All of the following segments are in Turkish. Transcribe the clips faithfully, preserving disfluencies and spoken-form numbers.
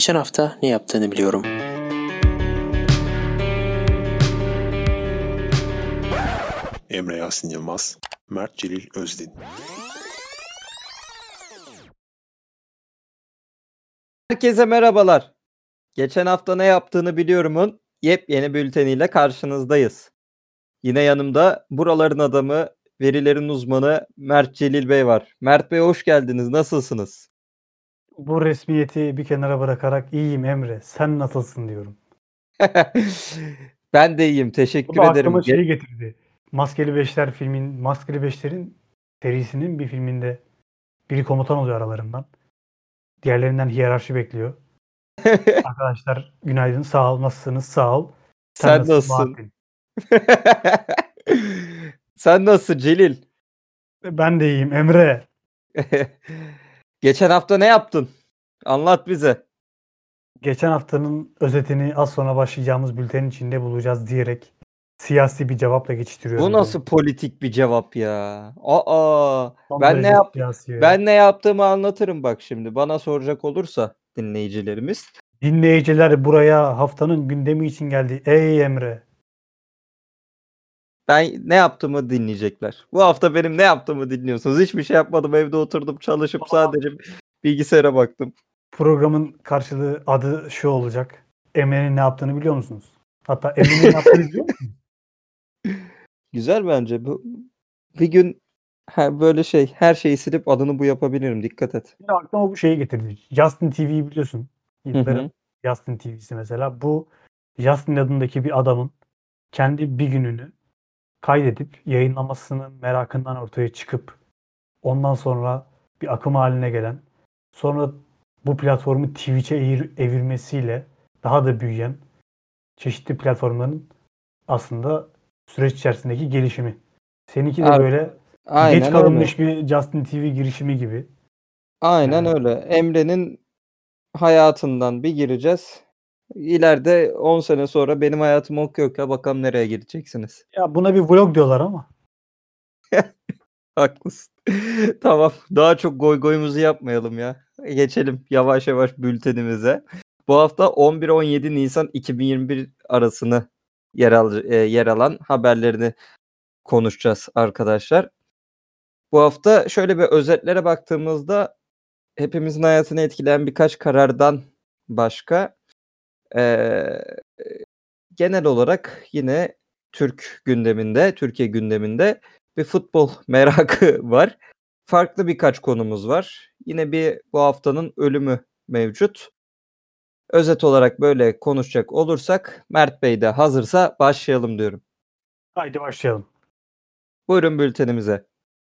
Geçen hafta ne yaptığını biliyorum. Emre Yasin Yılmaz, Mert Celil Özdin. Herkese merhabalar. Geçen hafta ne yaptığını biliyorumun yepyeni bülteniyle karşınızdayız. Yine yanımda buraların adamı, verilerin uzmanı Mert Celil Bey var. Mert Bey hoş geldiniz. Nasılsınız? Bu resmiyeti bir kenara bırakarak iyiyim Emre. Sen nasılsın diyorum. Ben de iyiyim. Bu Teşekkür da ederim. aklıma şeyi getirdi. Maskeli Beşler filmin, Maskeli Beşler'in serisinin bir filminde biri komutan oluyor aralarından. Diğerlerinden hiyerarşi bekliyor. Arkadaşlar günaydın, sağ ol, nasılsınız? Sağ ol. Sen nasılsın? Bahattin? Sen nasılsın Celil? Ben de iyiyim Emre. Geçen hafta ne yaptın? Anlat bize. Geçen haftanın özetini az sonra başlayacağımız bültenin içinde bulacağız diyerek siyasi bir cevapla geçiştiriyorum. Bu nasıl politik bir cevap ya? Aa, Son ben ne derece yap siyasi ve- ben ne yaptığımı anlatırım bak şimdi. Bana soracak olursa dinleyicilerimiz. Dinleyiciler buraya haftanın gündemi için geldi. Ey Emre. Ben ne yaptığımı dinleyecekler. Bu hafta benim ne yaptığımı dinliyorsunuz. Hiçbir şey yapmadım. Evde oturdum, çalışıp sadece bilgisayara baktım. Programın karşılığı adı şu olacak. Emre'nin ne yaptığını biliyor musunuz? Hatta Emre'nin ne yaptığını biliyor musunuz? Güzel bence. Bu bir gün ha, böyle şey her şeyi silip adını bu yapabilirim. Dikkat et. Yine aklıma bu şeyi getirdi. Justin T V'yi biliyorsun. Hı İlklerin hı. Justin T V'si mesela. Bu Justin adındaki bir adamın kendi bir gününü kaydedip yayınlamasının merakından ortaya çıkıp ondan sonra bir akım haline gelen, sonra bu platformu Twitch'e evir- evirmesiyle daha da büyüyen çeşitli platformların aslında süreç içerisindeki gelişimi. Seninki de Abi, böyle Aynen geç öyle. kalınmış bir Justin T V girişimi gibi. Aynen Yani- öyle. Emre'nin hayatından bir gireceğiz. İleride on sene sonra benim hayatım okuyor okuyor. Bakalım nereye gideceksiniz. Ya buna bir vlog diyorlar ama. Haklısın. Tamam. Daha çok goy goyumuzu yapmayalım ya. Geçelim yavaş yavaş bültenimize. Bu hafta on bir on yedi Nisan iki bin yirmi bir arasını yer, al, e, yer alan haberlerini konuşacağız arkadaşlar. Bu hafta şöyle bir özetlere baktığımızda hepimizin hayatını etkileyen birkaç karardan başka e, genel olarak yine Türk gündeminde, Türkiye gündeminde bir futbol merakı var. Farklı birkaç konumuz var. Yine bir bu haftanın ölümü mevcut. Özet olarak böyle konuşacak olursak Mert Bey de hazırsa başlayalım diyorum. Haydi başlayalım. Buyurun bültenimize.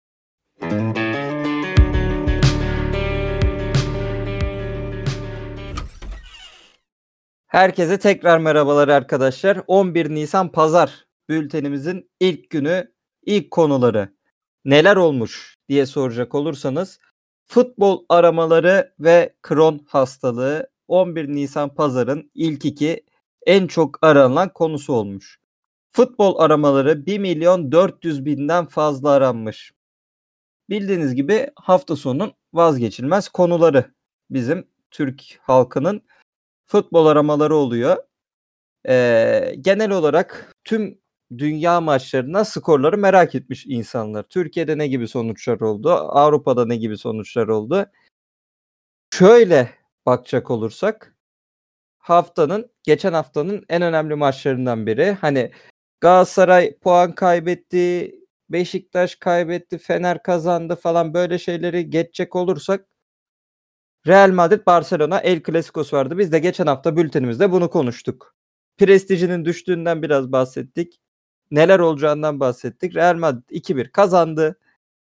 Herkese tekrar merhabalar arkadaşlar. on bir Nisan Pazar bültenimizin ilk günü, ilk konuları neler olmuş diye soracak olursanız futbol aramaları ve Crohn hastalığı on bir Nisan Pazar'ın ilk iki en çok aranan konusu olmuş. Futbol aramaları bir milyon dört yüz binden fazla aranmış. Bildiğiniz gibi hafta sonunun vazgeçilmez konuları bizim Türk halkının futbol aramaları oluyor. Ee, genel olarak tüm dünya maçlarına skorları merak etmiş insanlar. Türkiye'de ne gibi sonuçlar oldu? Avrupa'da ne gibi sonuçlar oldu? Şöyle bakacak olursak haftanın, geçen haftanın en önemli maçlarından biri. Hani Galatasaray puan kaybetti, Beşiktaş kaybetti, Fener kazandı falan böyle şeyleri geçecek olursak Real Madrid Barcelona El Clasico'su vardı. Biz de geçen hafta bültenimizde bunu konuştuk. Prestijinin düştüğünden biraz bahsettik. Neler olacağından bahsettik. Real Madrid iki bir kazandı.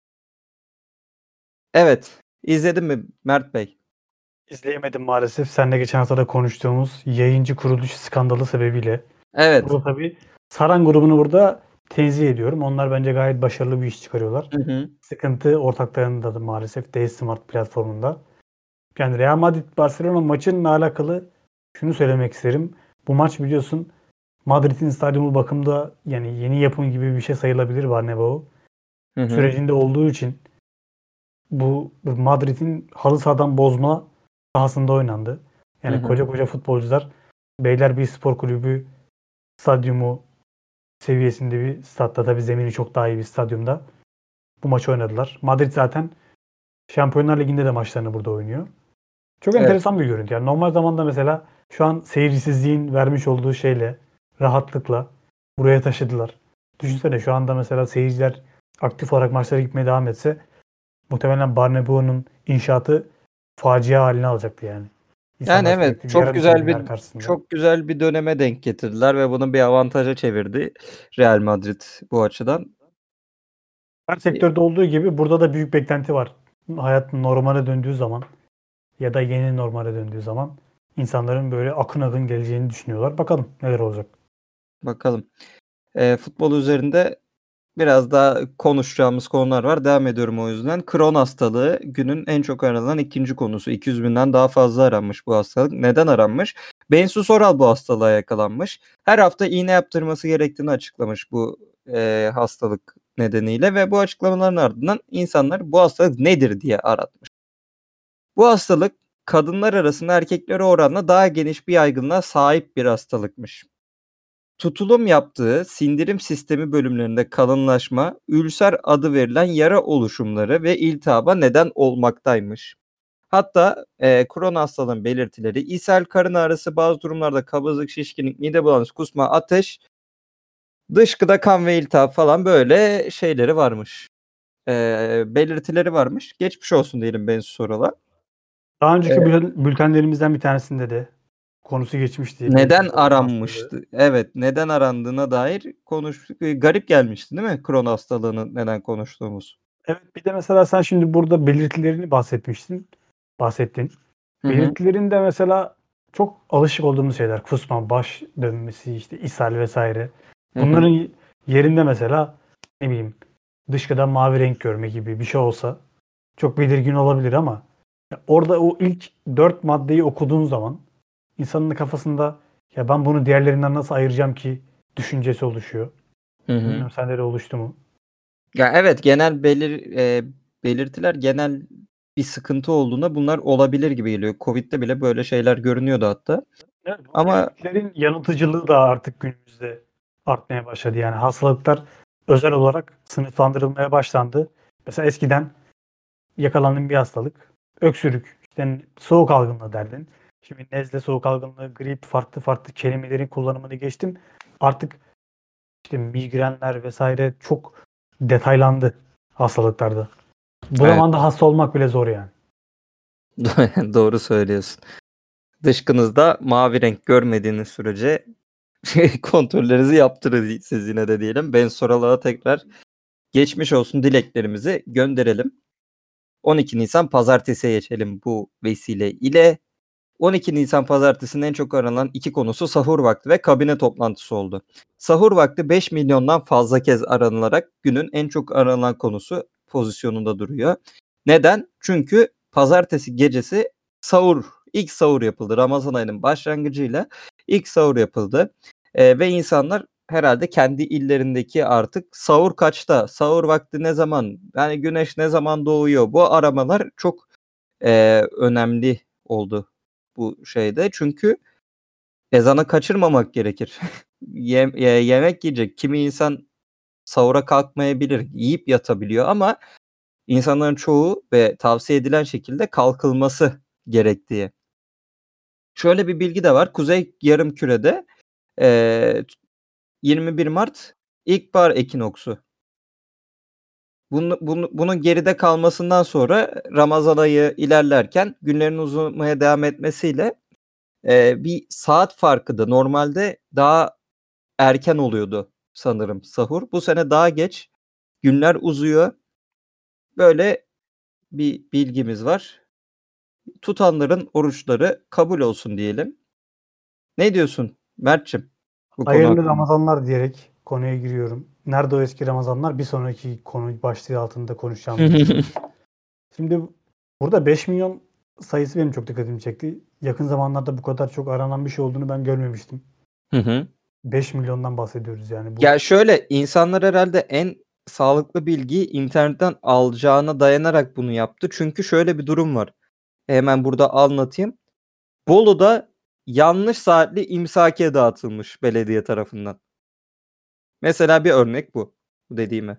Evet. İzledin mi Mert Bey? İzleyemedim maalesef. Seninle geçen hafta da konuştuğumuz yayıncı kuruluş skandalı sebebiyle. Evet. Burada tabii Saran grubunu burada tenzih ediyorum. Onlar bence gayet başarılı bir iş çıkarıyorlar. Hı hı. Sıkıntı ortaklarında da maalesef D-Smart platformunda. Yani Real Madrid Barcelona maçınla alakalı şunu söylemek isterim. Bu maç biliyorsun Madrid'in stadyumu bakımda yani yeni yapım gibi bir şey sayılabilir Bernabeu. Hı hı. Sürecinde olduğu için bu Madrid'in halı sahadan bozma sahasında oynandı. Yani Hı hı. koca koca futbolcular Beylerbeyi Spor Kulübü stadyumu seviyesinde bir statta, tabii zemini çok daha iyi bir stadyumda bu maçı oynadılar. Madrid zaten Şampiyonlar Ligi'nde de maçlarını burada oynuyor. Çok Evet. enteresan bir görüntü. Yani normal zamanda mesela şu an seyircisizliğin vermiş olduğu şeyle, rahatlıkla buraya taşıdılar. Düşünsene şu anda mesela seyirciler aktif olarak maçlara gitmeye devam etse muhtemelen Bernabeu'nun inşaatı facia haline alacaktı yani. Yani İnsanlar evet, sürekli çok yarım güzel tribünler bir karşısında. çok güzel bir döneme denk getirdiler ve bunu bir avantaja çevirdi Real Madrid bu açıdan. Her sektörde olduğu gibi burada da büyük beklenti var. Hayat normale döndüğü zaman ya da yeni normale döndüğü zaman insanların böyle akın akın geleceğini düşünüyorlar. Bakalım neler olacak. Bakalım. Ee, futbol üzerinde biraz daha konuşacağımız konular var. Devam ediyorum o yüzden. Crohn hastalığı günün en çok aranan ikinci konusu. iki yüz binden daha fazla aranmış bu hastalık. Neden aranmış? Bensu Soral bu hastalığa yakalanmış. Her hafta iğne yaptırması gerektiğini açıklamış bu e, hastalık nedeniyle ve bu açıklamaların ardından insanlar bu hastalık nedir diye aratmış. Bu hastalık kadınlar arasında erkeklere oranla daha geniş bir yaygınlığa sahip bir hastalıkmış. Tutulum yaptığı sindirim sistemi bölümlerinde kalınlaşma, ülser adı verilen yara oluşumları ve iltihaba neden olmaktaymış. Hatta e, Crohn hastalığının belirtileri ishal, karın ağrısı, bazı durumlarda kabızlık, şişkinlik, mide bulantısı, kusma, ateş, dışkıda kan ve iltihap falan böyle şeyleri varmış. E, belirtileri varmış. Geçmiş olsun diyelim Bensu Soral'a. Daha önceki E, bülten- bültenlerimizden bir tanesinde de konusu geçmişti. Bensu Neden Sora'nın hastalığı. aranmıştı? Evet, neden arandığına dair konuştuk. E, Garip gelmişti değil mi? Crohn hastalığını neden konuştuğumuz. Evet, bir de mesela sen şimdi burada belirtilerini bahsetmiştin. Bahsettin. Hı hı. Belirtilerinde mesela çok alışık olduğumuz şeyler. Kusma, baş dönmesi, işte ishal vesaire. Hı hı. Bunların yerinde mesela ne bileyim dışkıda mavi renk görme gibi bir şey olsa çok belirgin olabilir ama orada o ilk dört maddeyi okuduğun zaman insanın kafasında ya ben bunu diğerlerinden nasıl ayıracağım ki düşüncesi oluşuyor. Hı hı. Bilmiyorum sende de oluştu mu? Ya evet, genel belir eee, belirtiler genel bir sıkıntı olduğunda bunlar olabilir gibi geliyor. Covid'de bile böyle şeyler görünüyordu hatta. Evet, bu Ama belirtilerin yanıltıcılığı da artık günümüzde artmaya başladı. Yani hastalıklar özel olarak sınıflandırılmaya başlandı. Mesela eskiden yakalandığın bir hastalık, öksürük, işte soğuk algınlığı derdin. Şimdi nezle, soğuk algınlığı, grip, farklı farklı kelimelerin kullanımını geçtim. Artık işte migrenler vesaire çok detaylandı hastalıklarda. Bu evet, zamanda hasta olmak bile zor yani. doğru söylüyorsun. Dışkınızda mavi renk görmediğiniz sürece kontrollerinizi yaptırın siz yine de diyelim. Ben Soral'a tekrar geçmiş olsun dileklerimizi gönderelim. on iki Nisan pazartesiye geçelim bu vesile ile. on iki Nisan pazartesinin en çok aranan iki konusu sahur vakti ve kabine toplantısı oldu. Sahur vakti beş milyondan fazla kez aranılarak günün en çok aranan konusu pozisyonunda duruyor. Neden? Çünkü pazartesi gecesi sahur, ilk sahur yapıldı. Ramazan ayının başlangıcıyla ilk sahur yapıldı. Ee, ve insanlar herhalde kendi illerindeki artık sahur kaçta, sahur vakti ne zaman, yani güneş ne zaman doğuyor, bu aramalar çok e, önemli oldu bu şeyde. Çünkü ezanı kaçırmamak gerekir. Yem- ye- yemek yiyecek. Kimi insan sahura kalkmayabilir, yiyip yatabiliyor ama insanların çoğu ve tavsiye edilen şekilde kalkılması gerektiği. Şöyle bir bilgi de var. Kuzey Yarımküre'de eee, yirmi bir Mart ilkbahar ekinoksu. Bunu, bunu, bunun geride kalmasından sonra Ramazan ayı ilerlerken günlerin uzamaya devam etmesiyle Eee, bir saat farkı da normalde daha erken oluyordu sanırım sahur. Bu sene daha geç. Günler uzuyor. Böyle bir bilgimiz var. Tutanların oruçları kabul olsun diyelim. Ne diyorsun Mert'cim bu konu Hayırlı hakkında? Ramazanlar diyerek konuya giriyorum. Nerede o eski Ramazanlar? Bir sonraki konu başlığı altında konuşacağımız bir konu. Şimdi burada beş milyon sayısı benim çok dikkatimi çekti. Yakın zamanlarda bu kadar çok aranan bir şey olduğunu ben görmemiştim. Hı hı. beş milyondan bahsediyoruz yani. Bu Ya şöyle, insanlar herhalde en sağlıklı bilgiyi internetten alacağına dayanarak bunu yaptı. Çünkü şöyle bir durum var. Hemen burada anlatayım. Bolu'da yanlış saatli imsakiye dağıtılmış belediye tarafından. Mesela bir örnek bu. Bu dediğime.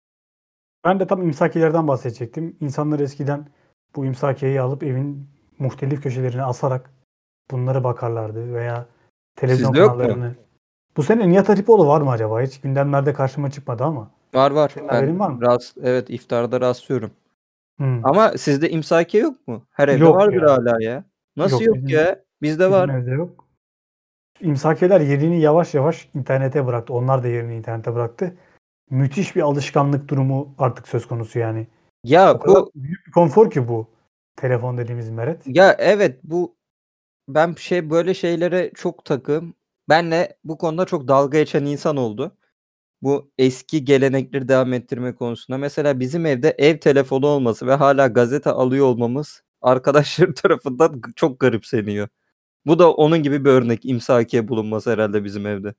Ben de tam imsakiyelerden bahsedecektim. İnsanlar eskiden bu imsakiyeyi alıp evin muhtelif köşelerine asarak bunlara bakarlardı veya televizyon Sizde yok mu? kanallarını. Bu sene Nihat Hatipoğlu var mı acaba? Hiç gündemlerde karşıma çıkmadı ama. Var var. Senin Ben haberin var mı? rast, evet iftarda rastlıyorum. Hmm. Ama sizde imsakiye yok mu? Her evde Yok vardır ya. hala ya. Nasıl Yok, yok, bizim ya? Bizde bizim var. evde yok. İmsakiyeler yerini yavaş yavaş internete bıraktı. Onlar da yerini internete bıraktı. Müthiş bir alışkanlık durumu artık söz konusu yani. O Ya kadar bu büyük bir konfor ki bu telefon dediğimiz meret. ya evet bu ben şey böyle şeylere çok takım. Benle bu konuda çok dalga geçen insan oldu. Bu eski gelenekleri devam ettirme konusunda. Mesela bizim evde ev telefonu olması ve hala gazete alıyor olmamız arkadaşlar tarafından g- çok garipseniyor. Bu da onun gibi bir örnek. İmsakiye bulunması herhalde bizim evde.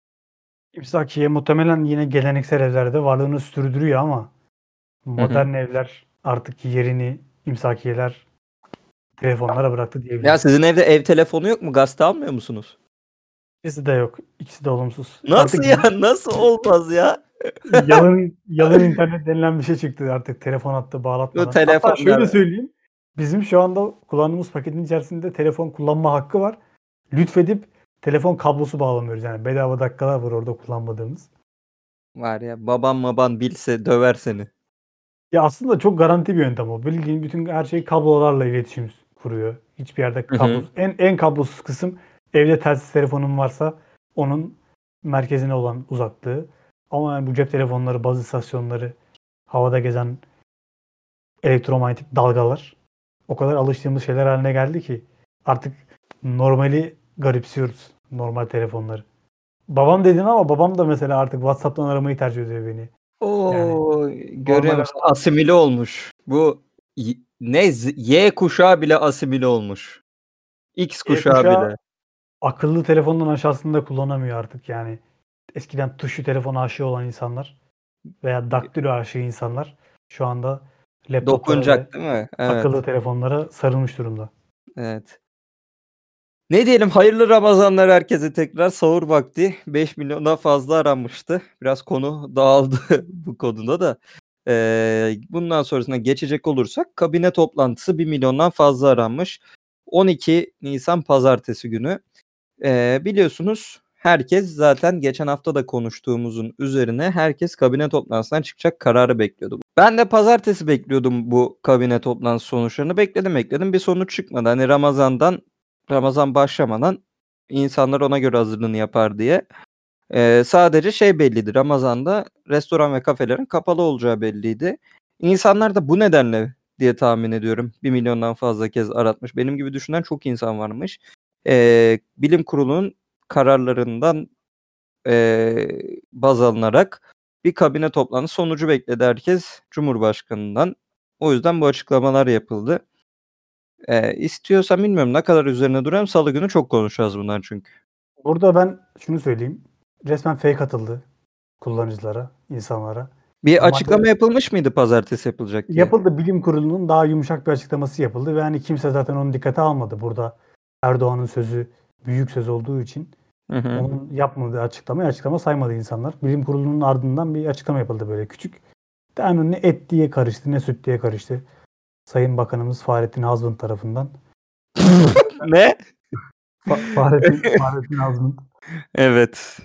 İmsakiye muhtemelen yine geleneksel evlerde varlığını sürdürüyor ama Hı hı. modern evler artık yerini imsakiyeler telefonlara bıraktı Ya diyebiliriz. sizin evde ev telefonu yok mu? Gazete almıyor musunuz? İkisi de yok. İkisi de olumsuz. Nasıl Artık ya? Nasıl olmaz ya? yalın yalın internet denilen bir şey çıktı artık telefon hattı Bu bağlatmadan. Hatta şöyle telefonlar. söyleyeyim. Bizim şu anda kullandığımız paketin içerisinde telefon kullanma hakkı var. Lütfedip telefon kablosu bağlamıyoruz. Yani bedava dakikalar var orada kullanmadığımız. Var ya, baban baban bilse döver seni. Ya aslında çok garanti bir yöntem o. Bildiğin bütün her şey kablolarla iletişim kuruyor. Hiçbir yerde Hı hı. kablosuz. En en kablosuz kısım evde telsiz telefonun varsa onun merkezine olan uzaklığı. Ama yani bu cep telefonları, baz istasyonları, havada gezen elektromanyetik dalgalar o kadar alıştığımız şeyler haline geldi ki artık normali garipsiyoruz. Normal telefonları. Babam dedin ama babam da mesela artık WhatsApp'tan aramayı tercih ediyor beni. Oo, görüyor normal musun? Asimile olmuş. Bu y- ne Z- Y kuşağı bile asimile olmuş. X Y kuşağı kuşağı bile. akıllı telefondan aşağısını da kullanamıyor artık yani. Eskiden tuşlu telefona aşığı olan insanlar veya daktilo aşığı insanlar şu anda laptoplara ve Dokunacak değil mi? Evet. akıllı telefonlara sarılmış durumda. Evet. Ne diyelim, hayırlı Ramazanlar herkese tekrar. Sahur vakti beş milyona fazla aranmıştı. Biraz konu dağıldı bu konuda da. Ee, bundan sonrasına geçecek olursak kabine toplantısı bir milyondan fazla aranmış. on iki Nisan pazartesi günü. Ee, biliyorsunuz herkes zaten geçen hafta da konuştuğumuzun üzerine herkes kabine toplantısından çıkacak kararı bekliyordu. Ben de pazartesi bekliyordum bu kabine toplantısı sonuçlarını. Bekledim bekledim bir sonuç çıkmadı. Hani Ramazan'dan Ramazan başlamadan insanlar ona göre hazırlığını yapar diye. Ee, sadece şey belliydi. Ramazan'da restoran ve kafelerin kapalı olacağı belliydi. İnsanlar da bu nedenle diye tahmin ediyorum bir milyondan fazla kez aratmış. Benim gibi düşünen çok insan varmış. Ee, bilim kurulunun kararlarından ee, baz alınarak bir kabine toplantısı sonucu bekledi herkes Cumhurbaşkanı'ndan. O yüzden bu açıklamalar yapıldı. Ee, istiyorsan bilmiyorum ne kadar üzerine durayım. Salı günü çok konuşacağız bunlar çünkü. Burada ben şunu söyleyeyim. Resmen fake atıldı kullanıcılara, insanlara. Bir Normalde açıklama yapılmış mıydı pazartesi yapılacak diye? yapıldı. Bilim kurulunun daha yumuşak bir açıklaması yapıldı ve hani kimse zaten onu dikkate almadı. Burada Erdoğan'ın sözü büyük söz olduğu için Hı hı. onun yapmadığı açıklamayı açıklama saymadı insanlar. Bilim kurulunun ardından bir açıklama yapıldı böyle küçük. Yani ne et diye karıştı ne süt diye karıştı. Sayın Bakanımız Fahrettin Hazbın tarafından. Ne? Fa- Fahrettin, Fahrettin Hazbın. Evet.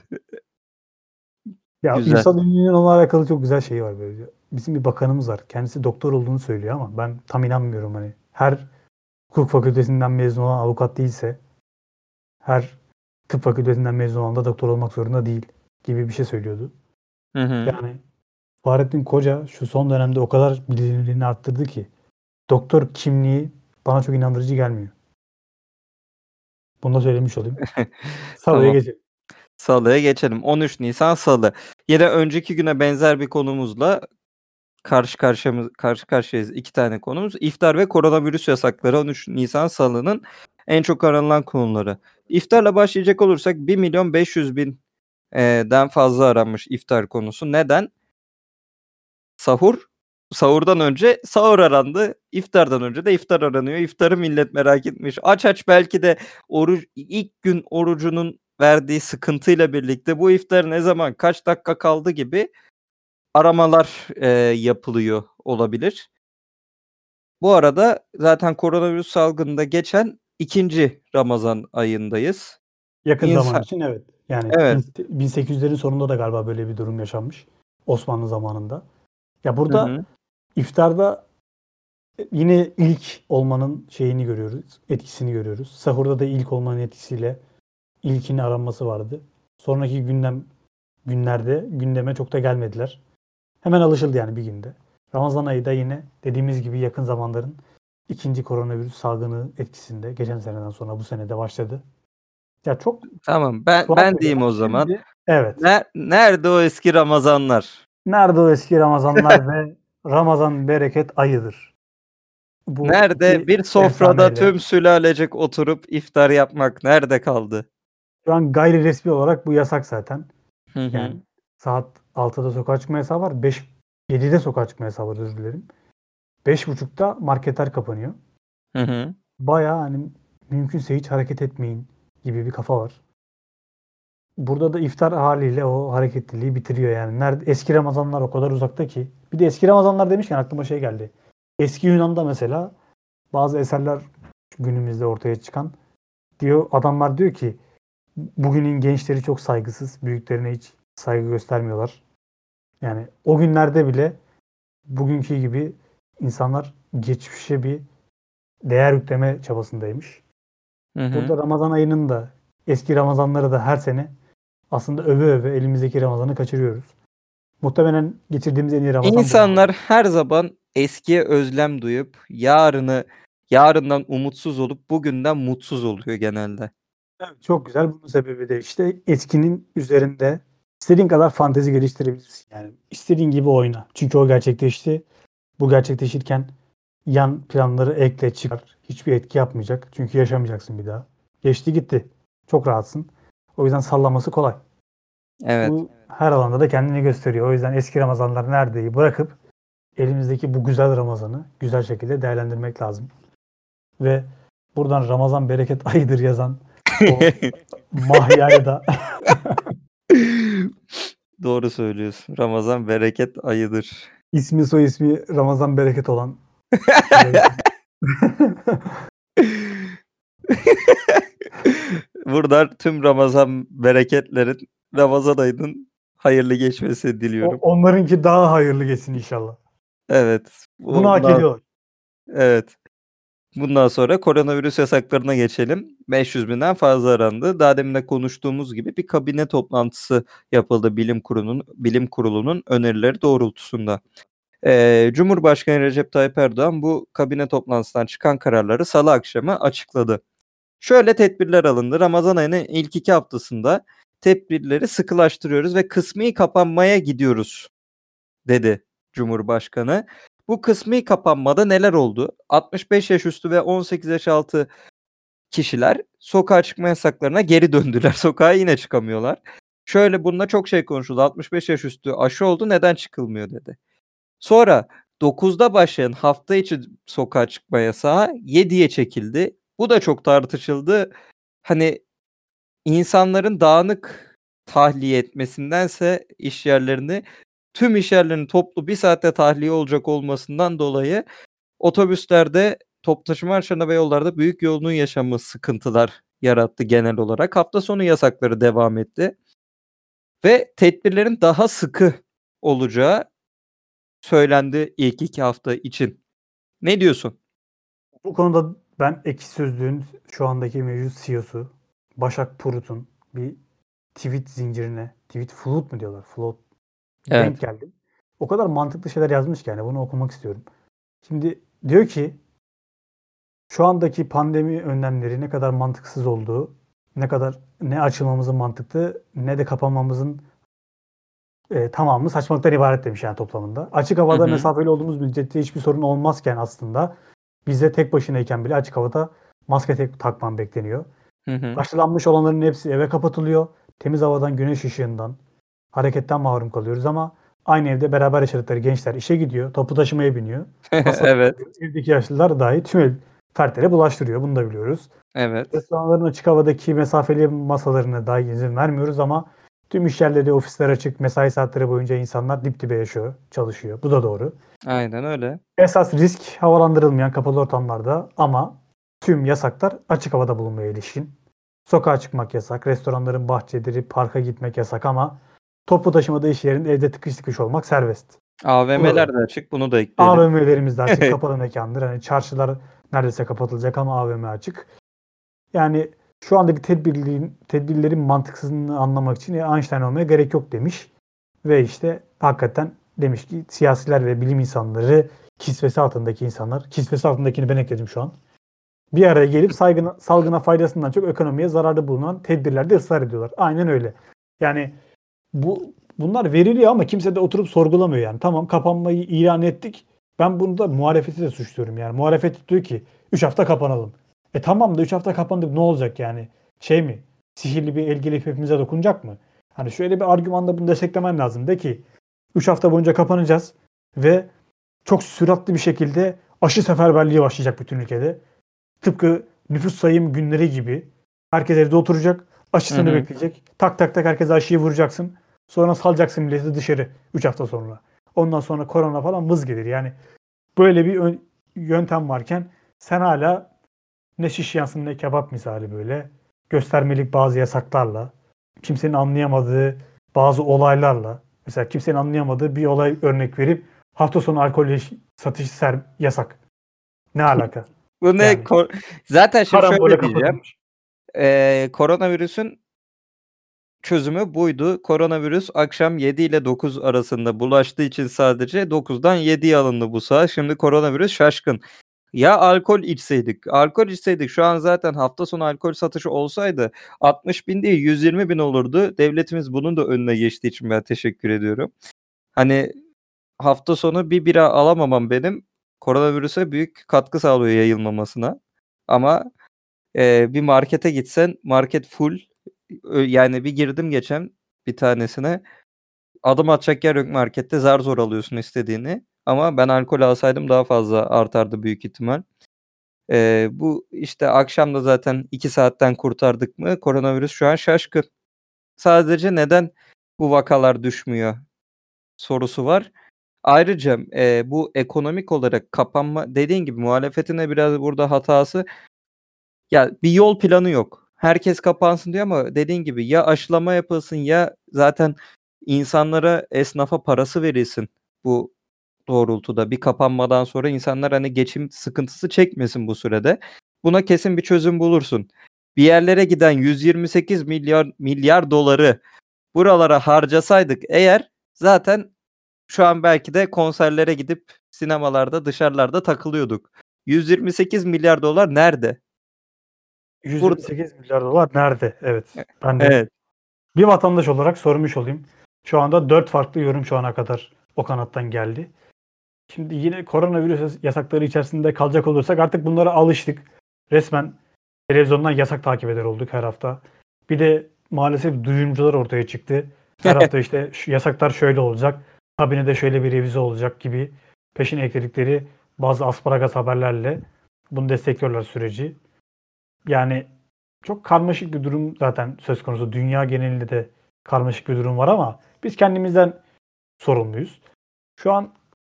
Ya Güzel. insan ünlüğünün onunla alakalı çok güzel şeyi var böyle. Bizim bir bakanımız var. Kendisi doktor olduğunu söylüyor ama ben tam inanmıyorum hani. Her hukuk fakültesinden mezun olan avukat değilse her tıp fakültesinden mezun olan da doktor olmak zorunda değil gibi bir şey söylüyordu. Hı hı. Yani Fahrettin Koca şu son dönemde o kadar bilinirliğini arttırdı ki doktor kimliği bana çok inandırıcı gelmiyor. Bunu da söylemiş olayım. Salıya Tamam. geçelim. Salı'ya geçelim. on üç Nisan Salı. Yine önceki güne benzer bir konumuzla karşı karşıyamız karşı karşıyayız. İki tane konumuz. İftar ve koronavirüs yasakları on üç Nisan Salı'nın en çok aranılan konuları. İftarla başlayacak olursak bir milyon beş yüz binden fazla aranmış iftar konusu. Neden? Sahur sahurdan önce sahur arandı. İftardan önce de iftar aranıyor. İftarı millet merak etmiş. Aç aç belki de oruç, ilk gün orucunun verdiği sıkıntıyla birlikte bu iftar ne zaman kaç dakika kaldı gibi aramalar e, yapılıyor olabilir. Bu arada zaten koronavirüs salgınında geçen ikinci Ramazan ayındayız. Yakın İnsan- zaman için evet. Yani Evet. bin sekiz yüzlerin sonunda da galiba böyle bir durum yaşanmış. Osmanlı zamanında. Ya burada Hı hı. iftarda yine ilk olmanın şeyini görüyoruz. Etkisini görüyoruz. Sahurda da ilk olmanın etkisiyle ilkini aranması vardı. Sonraki gündem günlerde gündeme çok da gelmediler. Hemen alışıldı yani bir günde. Ramazan ayı da yine dediğimiz gibi yakın zamanların ikinci koronavirüs salgını etkisinde geçen seneden sonra bu sene de başladı. Ya çok Tamam ben tuhaf ben oluyor. diyeyim o Şimdi- zaman. Evet. Ne- nerede o eski Ramazanlar? Nerede o eski Ramazanlar ve Ramazan bereket ayıdır? Bu Nerede iki bir sofrada efsaneyle tüm sülalecek oturup iftar yapmak nerede kaldı? şu an gayri resmi olarak bu yasak zaten. Hı hı. Yani saat altıda sokağa çıkma yasağı var. beş yedide sokağa çıkma yasağı var, özür dilerim. beş buçukta marketler kapanıyor. Hı hı. Bayağı hani mümkünse hiç hareket etmeyin gibi bir kafa var. Burada da iftar haliyle o hareketliliği bitiriyor yani. Nerede eski Ramazanlar o kadar uzakta ki. Bir de eski Ramazanlar demişken aklıma şey geldi. Eski Yunan'da mesela bazı eserler günümüzde ortaya çıkan diyor, adamlar diyor ki bugünün gençleri çok saygısız, büyüklerine hiç saygı göstermiyorlar. Yani o günlerde bile bugünkü gibi insanlar geçmişe bir değer yükleme çabasındaymış. Hı hı. Burada Ramazan ayının da eski Ramazanları da her sene aslında öve öve elimizdeki Ramazan'ı kaçırıyoruz. Muhtemelen geçirdiğimiz en iyi Ramazan bu. İnsanlar her zaman eskiye özlem duyup yarını yarından umutsuz olup bugünden mutsuz oluyor genelde. Evet, çok güzel. Bunun sebebi de işte eskinin üzerinde istediğin kadar fantezi geliştirebilirsin. Yani istediğin gibi oyna. Çünkü o gerçekleşti. Bu gerçekleşirken yan planları ekle çıkar. Hiçbir etki yapmayacak. Çünkü yaşamayacaksın bir daha. Geçti gitti. Çok rahatsın. O yüzden sallaması kolay. Evet. Bu her alanda da kendini gösteriyor. O yüzden eski Ramazanlar neredeyi bırakıp elimizdeki bu güzel Ramazan'ı güzel şekilde değerlendirmek lazım. Ve buradan Ramazan bereket ayıdır yazan o Mahya'ya da Doğru söylüyorsun. Ramazan bereket ayıdır. ismi soy ismi Ramazan bereket olan Buradan tüm Ramazan bereketlerin Ramazan ayının hayırlı geçmesi o, diliyorum. onlarınki daha hayırlı geçsin inşallah. Evet. Bunu hak Bundan- ediyorlar. Evet. Bundan sonra koronavirüs yasaklarına geçelim. beş yüz binden fazla arandı. Daha demin de konuştuğumuz gibi bir kabine toplantısı yapıldı bilim kurulunun bilim kurulunun önerileri doğrultusunda. Ee, Cumhurbaşkanı Recep Tayyip Erdoğan bu kabine toplantısından çıkan kararları Salı akşamı açıkladı. Şöyle tedbirler alındı. Ramazan ayının ilk iki haftasında tedbirleri sıkılaştırıyoruz ve kısmi kapanmaya gidiyoruz dedi Cumhurbaşkanı. Bu kısmi kapanmada neler oldu? altmış beş yaş üstü ve on sekiz yaş altı kişiler sokağa çıkma yasaklarına geri döndüler. Sokağa yine çıkamıyorlar. Şöyle bununla çok şey konuşuldu. altmış beş yaş üstü aşı oldu, neden çıkılmıyor dedi. Sonra dokuzda başlayan hafta içi sokağa çıkma yasağı yediye çekildi. Bu da çok tartışıldı. Hani insanların dağınık tahliye etmesindense iş yerlerini, tüm iş yerlerinin toplu bir saatte tahliye olacak olmasından dolayı otobüslerde, toplu taşıma araçlarında ve yollarda büyük yoğunluğun yaşanması sıkıntılar yarattı genel olarak. Hafta sonu yasakları devam etti. Ve tedbirlerin daha sıkı olacağı söylendi ilk iki hafta için. Ne diyorsun? Bu konuda ben Ekşi Sözlüğün şu andaki mevcut C E O'su Başak Purut'un bir tweet zincirine, tweet flood mu diyorlar? Flood. Evet. Denk geldim. O kadar mantıklı şeyler yazmış ki yani bunu okumak istiyorum. Şimdi diyor ki şu andaki pandemi önlemleri ne kadar mantıksız olduğu, ne kadar ne açılmamızın mantıklı ne de kapanmamızın e, tamamı saçmalıktan ibaret demiş yani toplamında. Açık havada Hı hı. mesafeli olduğumuz müddetçe hiçbir sorun olmazken aslında bize tek başınayken bile açık havada maske tek takman bekleniyor. Hı hı. Aşılanmış olanların hepsi eve kapatılıyor. Temiz havadan, güneş ışığından, hareketten mahrum kalıyoruz ama aynı evde beraber yaşadıkları gençler işe gidiyor. Toplu taşımaya biniyor. Hastalık Evet. oluyor. Evdeki yaşlılar dahi tüm ev fertlere bulaştırıyor. Bunu da biliyoruz. Evet. Restoranların açık havadaki mesafeli masalarına dahi izin vermiyoruz ama tüm iş yerleri, ofisler açık. Mesai saatleri boyunca insanlar dip dibe yaşıyor, çalışıyor. Bu da doğru. Aynen öyle. Esas risk havalandırılmayan kapalı ortamlarda ama tüm yasaklar açık havada bulunmaya ilişkin. Sokağa çıkmak yasak, restoranların bahçeleri, parka gitmek yasak ama toplu taşımada iş yerinde evde tıkış tıkış olmak serbest. A V M'ler de açık. Bunu da ekleyelim. A V M'lerimiz de açık, kapalı mekandır. Hani çarşılar neredeyse kapatılacak ama A V M açık. Yani şu andaki tedbirlerin, tedbirlerin mantıksızlığını anlamak için Einstein olmaya gerek yok demiş. Ve işte hakikaten demiş ki siyasiler ve bilim insanları, kisvesi altındaki insanlar, kisvesi altındakini ben ekledim şu an, bir araya gelip saygına, salgına faydasından çok ekonomiye zararlı bulunan tedbirlerde ısrar ediyorlar. Aynen öyle. Yani bu bunlar veriliyor ama kimse de oturup sorgulamıyor yani. Tamam, kapanmayı ilan ettik. Ben bunu da muhalefeti de suçluyorum yani. Muhalefet diyor ki üç hafta kapanalım. E tamam da üç hafta kapandık, ne olacak yani? Şey mi? Sihirli bir el gelip hepimize dokunacak mı? Hani şöyle bir argümanla bunu desteklemen lazım. De ki üç hafta boyunca kapanacağız ve çok süratli bir şekilde aşı seferberliği başlayacak bütün ülkede. Tıpkı nüfus sayım günleri gibi herkes evde oturacak, aşısını Hı hı. bekleyecek. Tak tak tak herkese aşıyı vuracaksın. Sonra salacaksın milleti dışarı üç hafta sonra. Ondan sonra korona falan vız gelir. Yani böyle bir ön- yöntem varken sen hala ne şiş yansın ne kebap misali böyle göstermelik bazı yasaklarla, kimsenin anlayamadığı bazı olaylarla, mesela kimsenin anlayamadığı bir olay örnek verip hafta sonu alkol satışı ser yasak. Ne alaka? Bu ne? Yani. Ko- Zaten şimdi Karambole şöyle diyeceğim. kapatılmış. Ee, koronavirüsün çözümü buydu. Koronavirüs akşam yedi ile dokuz arasında bulaştığı için sadece dokuzdan yediye alındı bu saat. Şimdi koronavirüs şaşkın. Ya alkol içseydik. Alkol içseydik şu an zaten hafta sonu alkol satışı olsaydı altmış bin değil yüz yirmi bin olurdu. Devletimiz bunun da önüne geçtiği için ben teşekkür ediyorum. Hani hafta sonu bir bira alamamam benim koronavirüse büyük katkı sağlıyor yayılmamasına. Ama e, bir markete gitsen market full. Ö- Yani bir girdim geçen bir tanesine. Adım atacak yer yok markette. Zar zor alıyorsun istediğini. Ama ben alkol alsaydım daha fazla artardı büyük ihtimal. Ee, bu işte akşam da zaten iki saatten kurtardık mı? Koronavirüs şu an şaşkın. Sadece neden bu vakalar düşmüyor sorusu var. Ayrıca e, bu ekonomik olarak kapanma dediğin gibi muhalefetin de biraz burada hatası. Ya bir yol planı yok. Herkes kapansın diyor ama dediğin gibi ya aşılama yapılsın ya zaten insanlara, esnafa parası verilsin bu doğrultuda. Bir kapanmadan sonra insanlar hani geçim sıkıntısı çekmesin bu sürede. Buna kesin bir çözüm bulursun. Bir yerlere giden yüz yirmi sekiz milyar milyar doları buralara harcasaydık eğer zaten şu an belki de konserlere gidip sinemalarda, dışarılarda takılıyorduk. yüz yirmi sekiz milyar dolar nerede? Burada. yüz yirmi sekiz milyar dolar nerede? Evet. Ben de Evet. bir vatandaş olarak sormuş olayım. Şu anda dört farklı yorum şu ana kadar o kanattan geldi. Şimdi yine koronavirüs yasakları içerisinde kalacak olursak artık bunlara alıştık. Resmen televizyondan yasak takip eder olduk her hafta. Bir de maalesef duyumcular ortaya çıktı. Her hafta işte şu yasaklar şöyle olacak, kabinede şöyle bir revize olacak gibi peşin ekledikleri bazı asparagas haberlerle bunu destekliyorlar süreci. Yani çok karmaşık bir durum zaten söz konusu. Dünya genelinde de karmaşık bir durum var ama biz kendimizden sorumluyuz. Şu an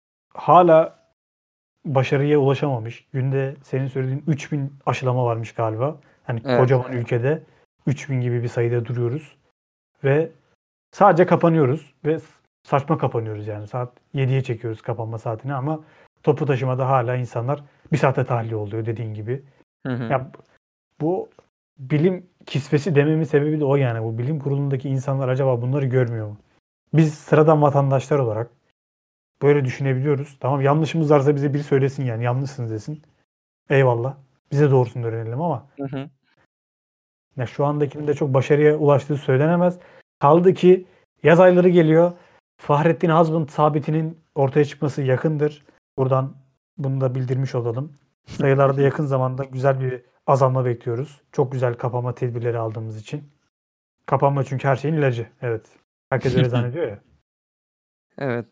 hala başarıya ulaşamamış. Günde senin söylediğin üç bin aşılama varmış galiba. Hani Evet. kocaman ülkede üç bin gibi bir sayıda duruyoruz. Ve sadece kapanıyoruz ve saçma kapanıyoruz yani. Saat yediye çekiyoruz kapanma saatini ama toplu taşımada hala insanlar bir saate tahliye oluyor dediğin gibi. Hı hı. Ya bu bilim kisvesi dememin sebebi de o yani. Bu bilim kurulundaki insanlar acaba bunları görmüyor mu? Biz sıradan vatandaşlar olarak böyle düşünebiliyoruz. Tamam, yanlışımız varsa bize biri söylesin yani. Yanlışsınız desin. Eyvallah. Bize doğrusunu öğrenelim ama Hı hı. ya şu andakinin de çok başarıya ulaştığı söylenemez. Kaldı ki yaz ayları geliyor. Fahrettin Hazbın sabitinin ortaya çıkması yakındır. Buradan bunu da bildirmiş olalım. Sayılarda yakın zamanda güzel bir azalma bekliyoruz. Çok güzel kapanma tedbirleri aldığımız için. Kapanma çünkü her şeyin ilacı. Evet. Herkes öyle zannediyor ya. Evet.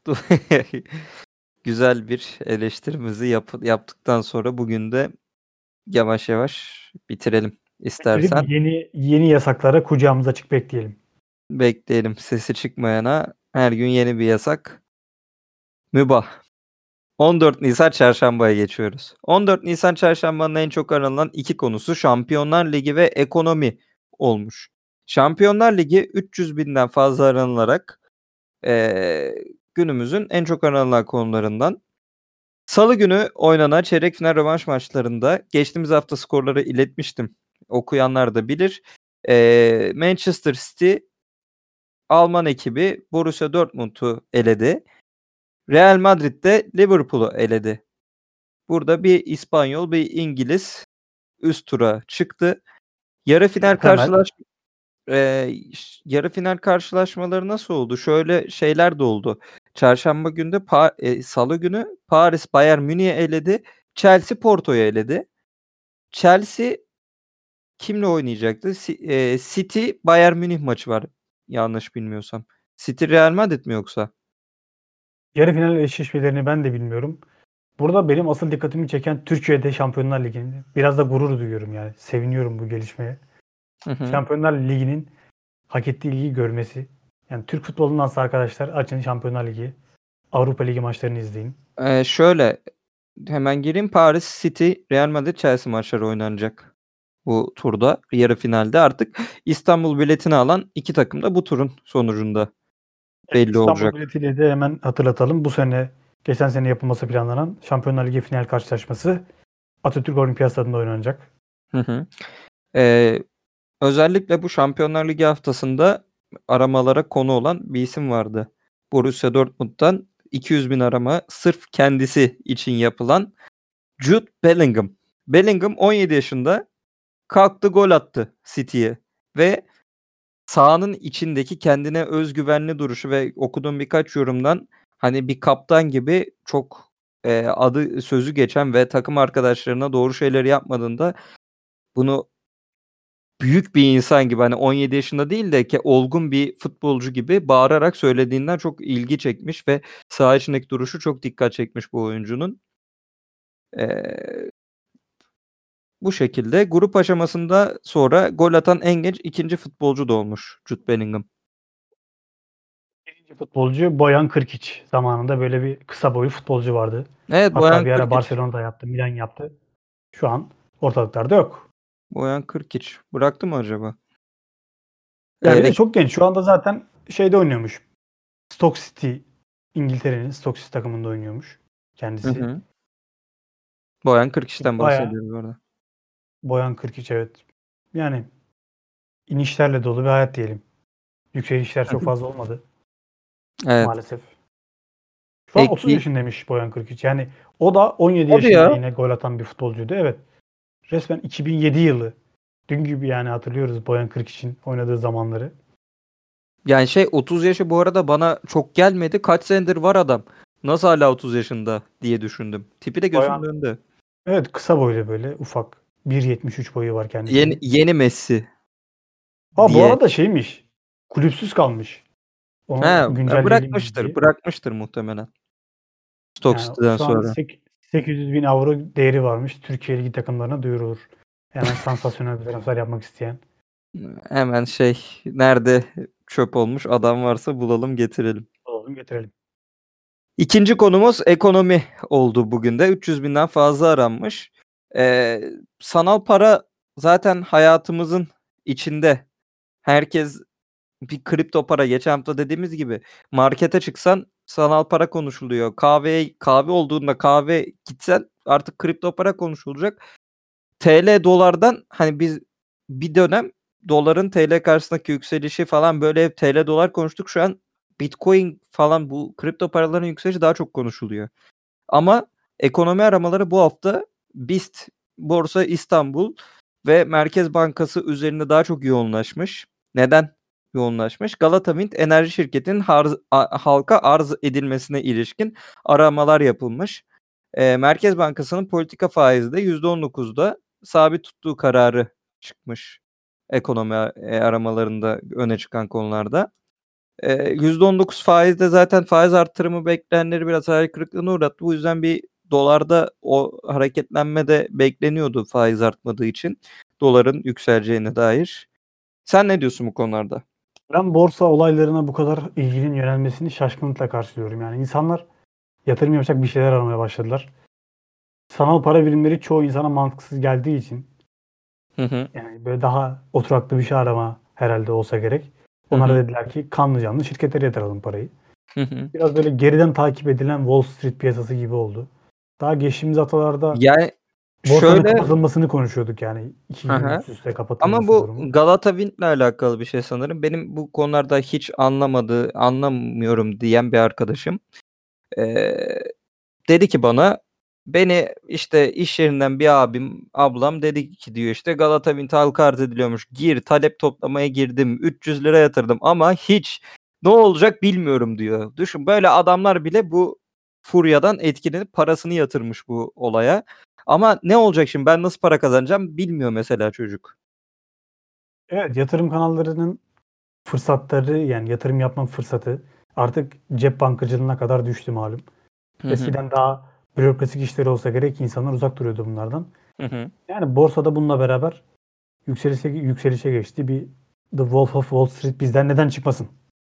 Güzel bir eleştirimizi yap- yaptıktan sonra bugün de yavaş yavaş bitirelim istersen. Yeni yeni yasaklara kucağımız açık bekleyelim. Bekleyelim. Sesi çıkmayana her gün yeni bir yasak. Mübah. on dört Nisan Çarşamba'ya geçiyoruz. on dört Nisan Çarşamba'nın en çok aranılan iki konusu Şampiyonlar Ligi ve ekonomi olmuş. Şampiyonlar Ligi üç yüz binden fazla aranılarak eee, günümüzün en çok aranılan konularından. Salı günü oynanan çeyrek final rövanş maçlarında geçtiğimiz hafta skorları iletmiştim. Okuyanlar da bilir. Eee, Manchester City Alman ekibi Borussia Dortmund'u eledi. Real Madrid de Liverpool'u eledi. Burada bir İspanyol, bir İngiliz üst tura çıktı. Yarı final Temel. karşılaş eee, ş- yarı final karşılaşmaları nasıl oldu? Şöyle şeyler de oldu. Çarşamba günde Pa- e, Salı günü Paris Bayern Münih'i eledi. Chelsea Porto'yu eledi. Chelsea kimle oynayacaktı? Si- e, City Bayern Münih maçı var. Yanlış bilmiyorsam. City Real Madrid mi yoksa? Yarı final eşleşmelerini ben de bilmiyorum. Burada benim asıl dikkatimi çeken Türkiye'de Şampiyonlar Ligi'nde. Biraz da gurur duyuyorum yani. Seviniyorum bu gelişmeye. Hı hı. Şampiyonlar Ligi'nin hak ettiği ilgiyi görmesi. Yani Türk futbolundansa arkadaşlar açın Şampiyonlar Ligi, Avrupa Ligi maçlarını izleyin. Ee, şöyle hemen gireyim. Paris, City, Real Madrid, Chelsea maçları oynanacak bu turda. Yarı finalde artık İstanbul biletini alan iki takım da bu turun sonucunda belli İstanbul olacak. biletiyle de hemen hatırlatalım. Bu sene, geçen sene yapılması planlanan Şampiyonlar Ligi final karşılaşması Atatürk Olimpiyat Stadı'nda oynanacak. Hı hı. Ee, özellikle bu Şampiyonlar Ligi haftasında aramalara konu olan bir isim vardı. Borussia Dortmund'dan iki yüz bin arama sırf kendisi için yapılan Jude Bellingham. Bellingham on yedi yaşında kalktı gol attı City'ye ve sahanın içindeki kendine özgüvenli duruşu ve okuduğum birkaç yorumdan hani bir kaptan gibi çok e, adı sözü geçen ve takım arkadaşlarına doğru şeyleri yapmadığında bunu büyük bir insan gibi hani on yedi yaşında değil de ki olgun bir futbolcu gibi bağırarak söylediğinden çok ilgi çekmiş ve saha içindeki duruşu çok dikkat çekmiş bu oyuncunun. Eee, bu şekilde grup aşamasında sonra gol atan en genç ikinci futbolcu da olmuş Jude Bellingham. Birinci futbolcu Boyan Krkić. Zamanında böyle bir kısa boylu futbolcu vardı. Evet, Hatta Boyan bir ara Krkić. Barcelona'da yaptı, Milan yaptı. Şu an ortalıklarda yok. Boyan Krkić bıraktı mı acaba? Yani bir Ee, de çok genç. Şu anda zaten şeyde oynuyormuş. Stoke City, İngiltere'nin Stoke City takımında oynuyormuş hı kendisi. hı. Boyan Krkić'ten Bayağı bahsediyoruz orada. Boyan Krkić, evet. Yani inişlerle dolu bir hayat diyelim. Yükselişler çok fazla olmadı Evet. maalesef. Şu an otuz Ekli yaşındaymış Boyan Krkić. Yani o da on yedi Hadi yaşında ya. yine gol atan bir futbolcuydu. Evet. Resmen iki bin yedi yılı. Dün gibi yani hatırlıyoruz Boyan Krkić'in oynadığı zamanları. Yani şey otuz yaşı bu arada bana çok gelmedi. Kaç senedir var adam. Nasıl hala otuz yaşında diye düşündüm. Tipi de gözümün Boyan, önünde. evet, kısa boylu böyle ufak. bir yetmiş üç boyu var Yeni, kendisinin. yeni Messi Aa, bu diye. arada şeymiş. Kulüpsüz kalmış. Onu Ha, güncelleyelim bırakmıştır. bilgiyi. Bırakmıştır muhtemelen. Stoke Yani City'den şu an sonra. sek- sekiz yüz bin avro değeri varmış. Türkiye Ligi takımlarına duyurulur. Hemen sansasyonel bir transfer yapmak isteyen. Hemen şey nerede çöp olmuş adam varsa bulalım getirelim. Alalım getirelim. İkinci konumuz ekonomi oldu bugün de. üç yüz binden fazla aranmış. Ee, sanal para zaten hayatımızın içinde. Herkes bir kripto para. Geçen hafta dediğimiz gibi markete çıksan sanal para konuşuluyor. Kahve kahve olduğunda kahve gitsen artık kripto para konuşulacak. T L dolardan hani biz bir dönem doların T L karşısındaki yükselişi falan böyle hep T L dolar konuştuk. Şu an Bitcoin falan bu kripto paraların yükselişi daha çok konuşuluyor. Ama ekonomi aramaları bu hafta BIST, Borsa İstanbul ve Merkez Bankası üzerinde daha çok yoğunlaşmış. Neden yoğunlaşmış? Galata Wind Enerji Şirketi'nin harz, a, halka arz edilmesine ilişkin aramalar yapılmış. E, Merkez Bankası'nın politika faizi de yüzde on dokuzda sabit tuttuğu kararı çıkmış ekonomi e, aramalarında öne çıkan konularda. Ee, yüzde on dokuz faizde zaten faiz artırımı bekleyenleri biraz hayal kırıklığına uğrattı. Bu yüzden bir dolarda o hareketlenme de bekleniyordu faiz artmadığı için. Doların yükseleceğine dair. Sen ne diyorsun bu konularda? Ben borsa olaylarına bu kadar ilginin yönelmesini şaşkınlıkla karşılıyorum. Yani insanlar yatırım yapacak bir şeyler aramaya başladılar. Sanal para birimleri çoğu insana mantıksız geldiği için Hı hı. yani böyle daha oturaklı bir şey arama herhalde olsa gerek. Onlar Hı da hı. dediler ki kanlı canlı şirketlere yatıralım parayı. Hı hı. Biraz böyle geriden takip edilen Wall Street piyasası gibi oldu. Daha geçtiğimiz haftalarda Yani borsanın şöyle kapatılmasını konuşuyorduk yani. iki Hı gün hı. üst üste ama kapatılması bu durumu. Galata Wind'le alakalı bir şey sanırım. Benim bu konularda hiç anlamadığı, anlamıyorum diyen bir arkadaşım. Ee, dedi ki bana beni işte iş yerinden bir abim, ablam dedi ki diyor işte Galata Wind halka arz ediliyormuş. Gir, talep toplamaya girdim. üç yüz lira yatırdım ama hiç ne olacak bilmiyorum diyor. Düşün böyle adamlar bile bu furyadan etkilenip parasını yatırmış bu olaya. Ama ne olacak şimdi ben nasıl para kazanacağım bilmiyor mesela çocuk. Evet, yatırım kanallarının fırsatları yani yatırım yapma fırsatı artık cep bankacılığına kadar düştü malum. Hı hı. Eskiden daha bürokratik işleri olsa gerek insanlar uzak duruyordu bunlardan. Hı hı. Yani borsada bununla beraber yükselişe, yükselişe geçti. Bir The Wolf of Wall Street bizden neden çıkmasın?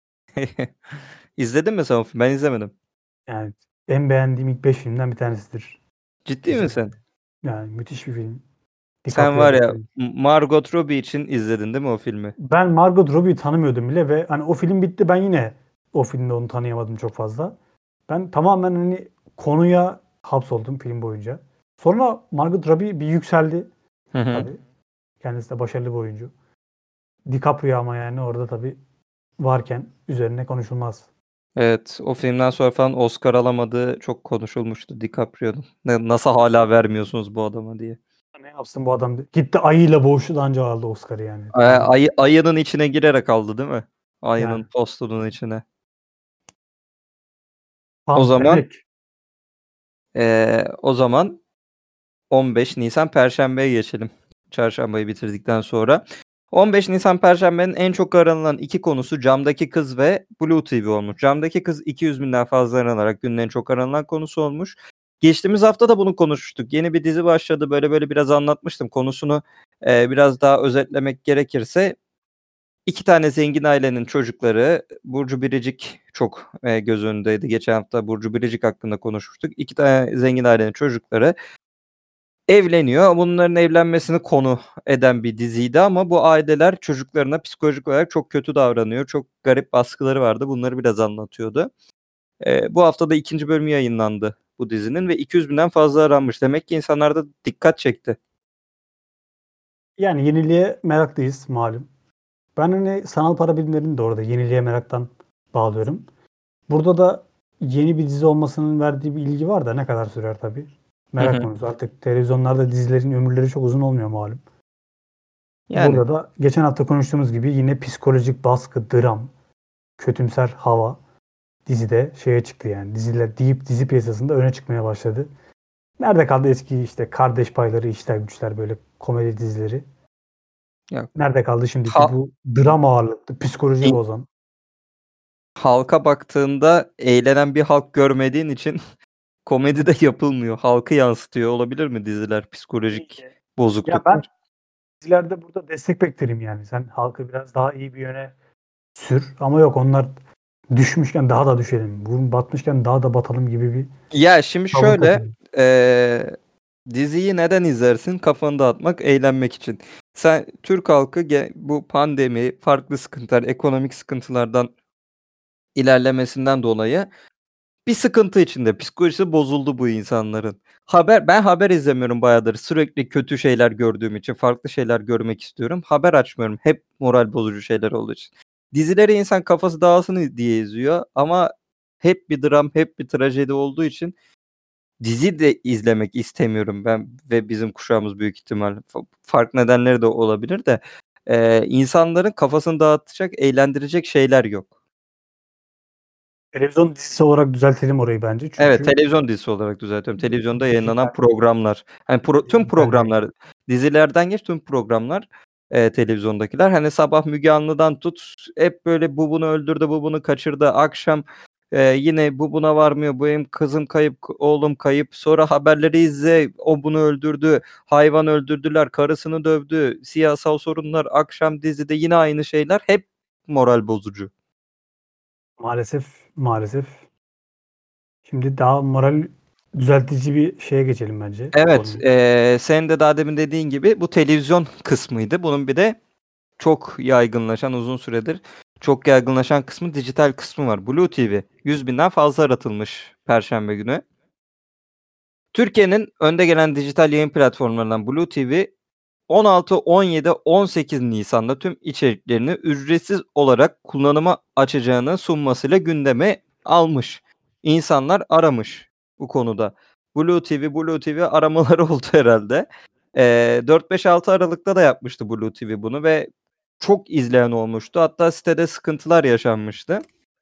İzledin mi sen o filmi? Ben izlemedim. Yani en beğendiğim ilk beş filmden bir tanesidir. Ciddi misin? Yani müthiş bir film. Sen DiCaprio var ile ya oynuyor. M- Margot Robbie için izledin değil mi o filmi? Ben Margot Robbie'yi tanımıyordum bile ve hani o film bitti ben yine o filmde onu tanıyamadım çok fazla. Ben tamamen hani konuya hapsoldum film boyunca. Sonra Margot Robbie bir yükseldi Hı hı. tabii. Kendisi de başarılı bir oyuncu. DiCaprio ama yani orada tabii varken üzerine konuşulmaz. Evet, o filmden sonra falan Oscar alamadığı çok konuşulmuştu DiCaprio'nun. Ne, nasıl hala vermiyorsunuz bu adama diye. Ne yapsın bu adam? Gitti ayıyla boğuştu da anca aldı Oscar'ı yani. Ay, Yani, ayı, ayının içine girerek aldı değil mi? Ayının yani postunun içine. O tam zaman demek. eee, o zaman on beş Nisan Perşembe'ye geçelim. Çarşambayı bitirdikten sonra. on beş Nisan Perşembe'nin en çok aranılan iki konusu Camdaki Kız ve Blue T V olmuş. Camdaki Kız iki yüz binden fazla aranarak günün en çok aranılan konusu olmuş. Geçtiğimiz hafta da bunu konuşmuştuk. Yeni bir dizi başladı. Böyle böyle biraz anlatmıştım. Konusunu e, biraz daha özetlemek gerekirse iki tane zengin ailenin çocukları Burcu Biricik çok e, göz önündeydi. Geçen hafta Burcu Biricik hakkında konuşmuştuk. İki tane zengin ailenin çocukları evleniyor. Bunların evlenmesini konu eden bir diziydi ama bu aileler çocuklarına psikolojik olarak çok kötü davranıyor. Çok garip baskıları vardı. Bunları biraz anlatıyordu. Ee, bu hafta da ikinci bölümü yayınlandı bu dizinin ve iki yüz binden fazla aranmış. Demek ki insanlar da dikkat çekti. Yani yeniliğe meraklıyız malum. Ben hani sanal para birimlerini de orada yeniliğe meraktan bağlıyorum. Burada da yeni bir dizi olmasının verdiği bir ilgi var da ne kadar sürer tabii. Hı Merak hı. konusu. Artık televizyonlarda dizilerin ömürleri çok uzun olmuyor malum. Yani Burada da geçen hafta konuştuğumuz gibi yine psikolojik baskı, dram, kötümser hava dizide şeye çıktı yani. Diziler deyip dizi piyasasında öne çıkmaya başladı. Nerede kaldı eski işte Kardeş Payları, İşler Güçler böyle komedi dizileri? ya, Nerede kaldı şimdiki ha- bu dram ağırlıklı, psikoloji in- bozan? halka baktığında eğlenen bir halk görmediğin için komedi de yapılmıyor. Halkı yansıtıyor olabilir mi diziler psikolojik Ya ben bozukluklar? dizilerde burada destek beklerim yani. Sen halkı biraz daha iyi bir yöne sür. Ama yok onlar düşmüşken daha da düşelim. Burun batmışken daha da batalım gibi bir Ya şimdi tavır şöyle takılıyor. eee, diziyi neden izlersin? Kafanı dağıtmak, eğlenmek için. Sen Türk halkı ge- bu pandemi, farklı sıkıntılar, ekonomik sıkıntılardan ilerlemesinden dolayı bir sıkıntı içinde. Psikolojisi bozuldu bu insanların. Haber ben haber izlemiyorum bayağıdır. Sürekli kötü şeyler gördüğüm için, farklı şeyler görmek istiyorum. Haber açmıyorum. Hep moral bozucu şeyler olduğu için. Dizileri insan kafası dağılsın diye izliyor ama hep bir dram, hep bir trajedi olduğu için dizi de izlemek istemiyorum ben ve bizim kuşağımız büyük ihtimal. Fa- Farklı nedenleri de olabilir de eee, insanların kafasını dağıtacak, eğlendirecek şeyler yok. Televizyon dizisi olarak düzeltelim orayı bence. Evet, Çünkü televizyon dizisi olarak düzeltiyorum. Televizyonda yayınlanan dijital, programlar. Hani pro- tüm dijitalde programlar, dizilerden geç tüm programlar e, televizyondakiler. Hani sabah Müge Anlı'dan tut hep böyle bu bunu öldürdü, bu bunu kaçırdı. Akşam e, yine bu buna varmıyor. Bu benim kızım kayıp, oğlum kayıp. Sonra haberleri izle. O bunu öldürdü. Hayvan öldürdüler. Karısını dövdü. Siyasal sorunlar. Akşam dizide yine aynı şeyler. Hep moral bozucu. Maalesef, maalesef. Şimdi daha moral düzeltici bir şeye geçelim bence. Evet, Konuyu. eee senin de daha demin dediğin gibi bu televizyon kısmıydı. Bunun bir de çok yaygınlaşan, uzun süredir çok yaygınlaşan kısmı, dijital kısmı var. Blue T V yüz binden fazla aratılmış Perşembe günü. Türkiye'nin önde gelen dijital yayın platformlarından Blue T V on altı, on yedi, on sekiz Nisan'da tüm içeriklerini ücretsiz olarak kullanıma açacağını sunmasıyla gündeme almış. İnsanlar aramış bu konuda. Blue T V, Blue T V aramaları oldu herhalde. Ee, dört beş altı Aralık'ta da yapmıştı Blue T V bunu ve çok izleyen olmuştu. Hatta sitede sıkıntılar yaşanmıştı.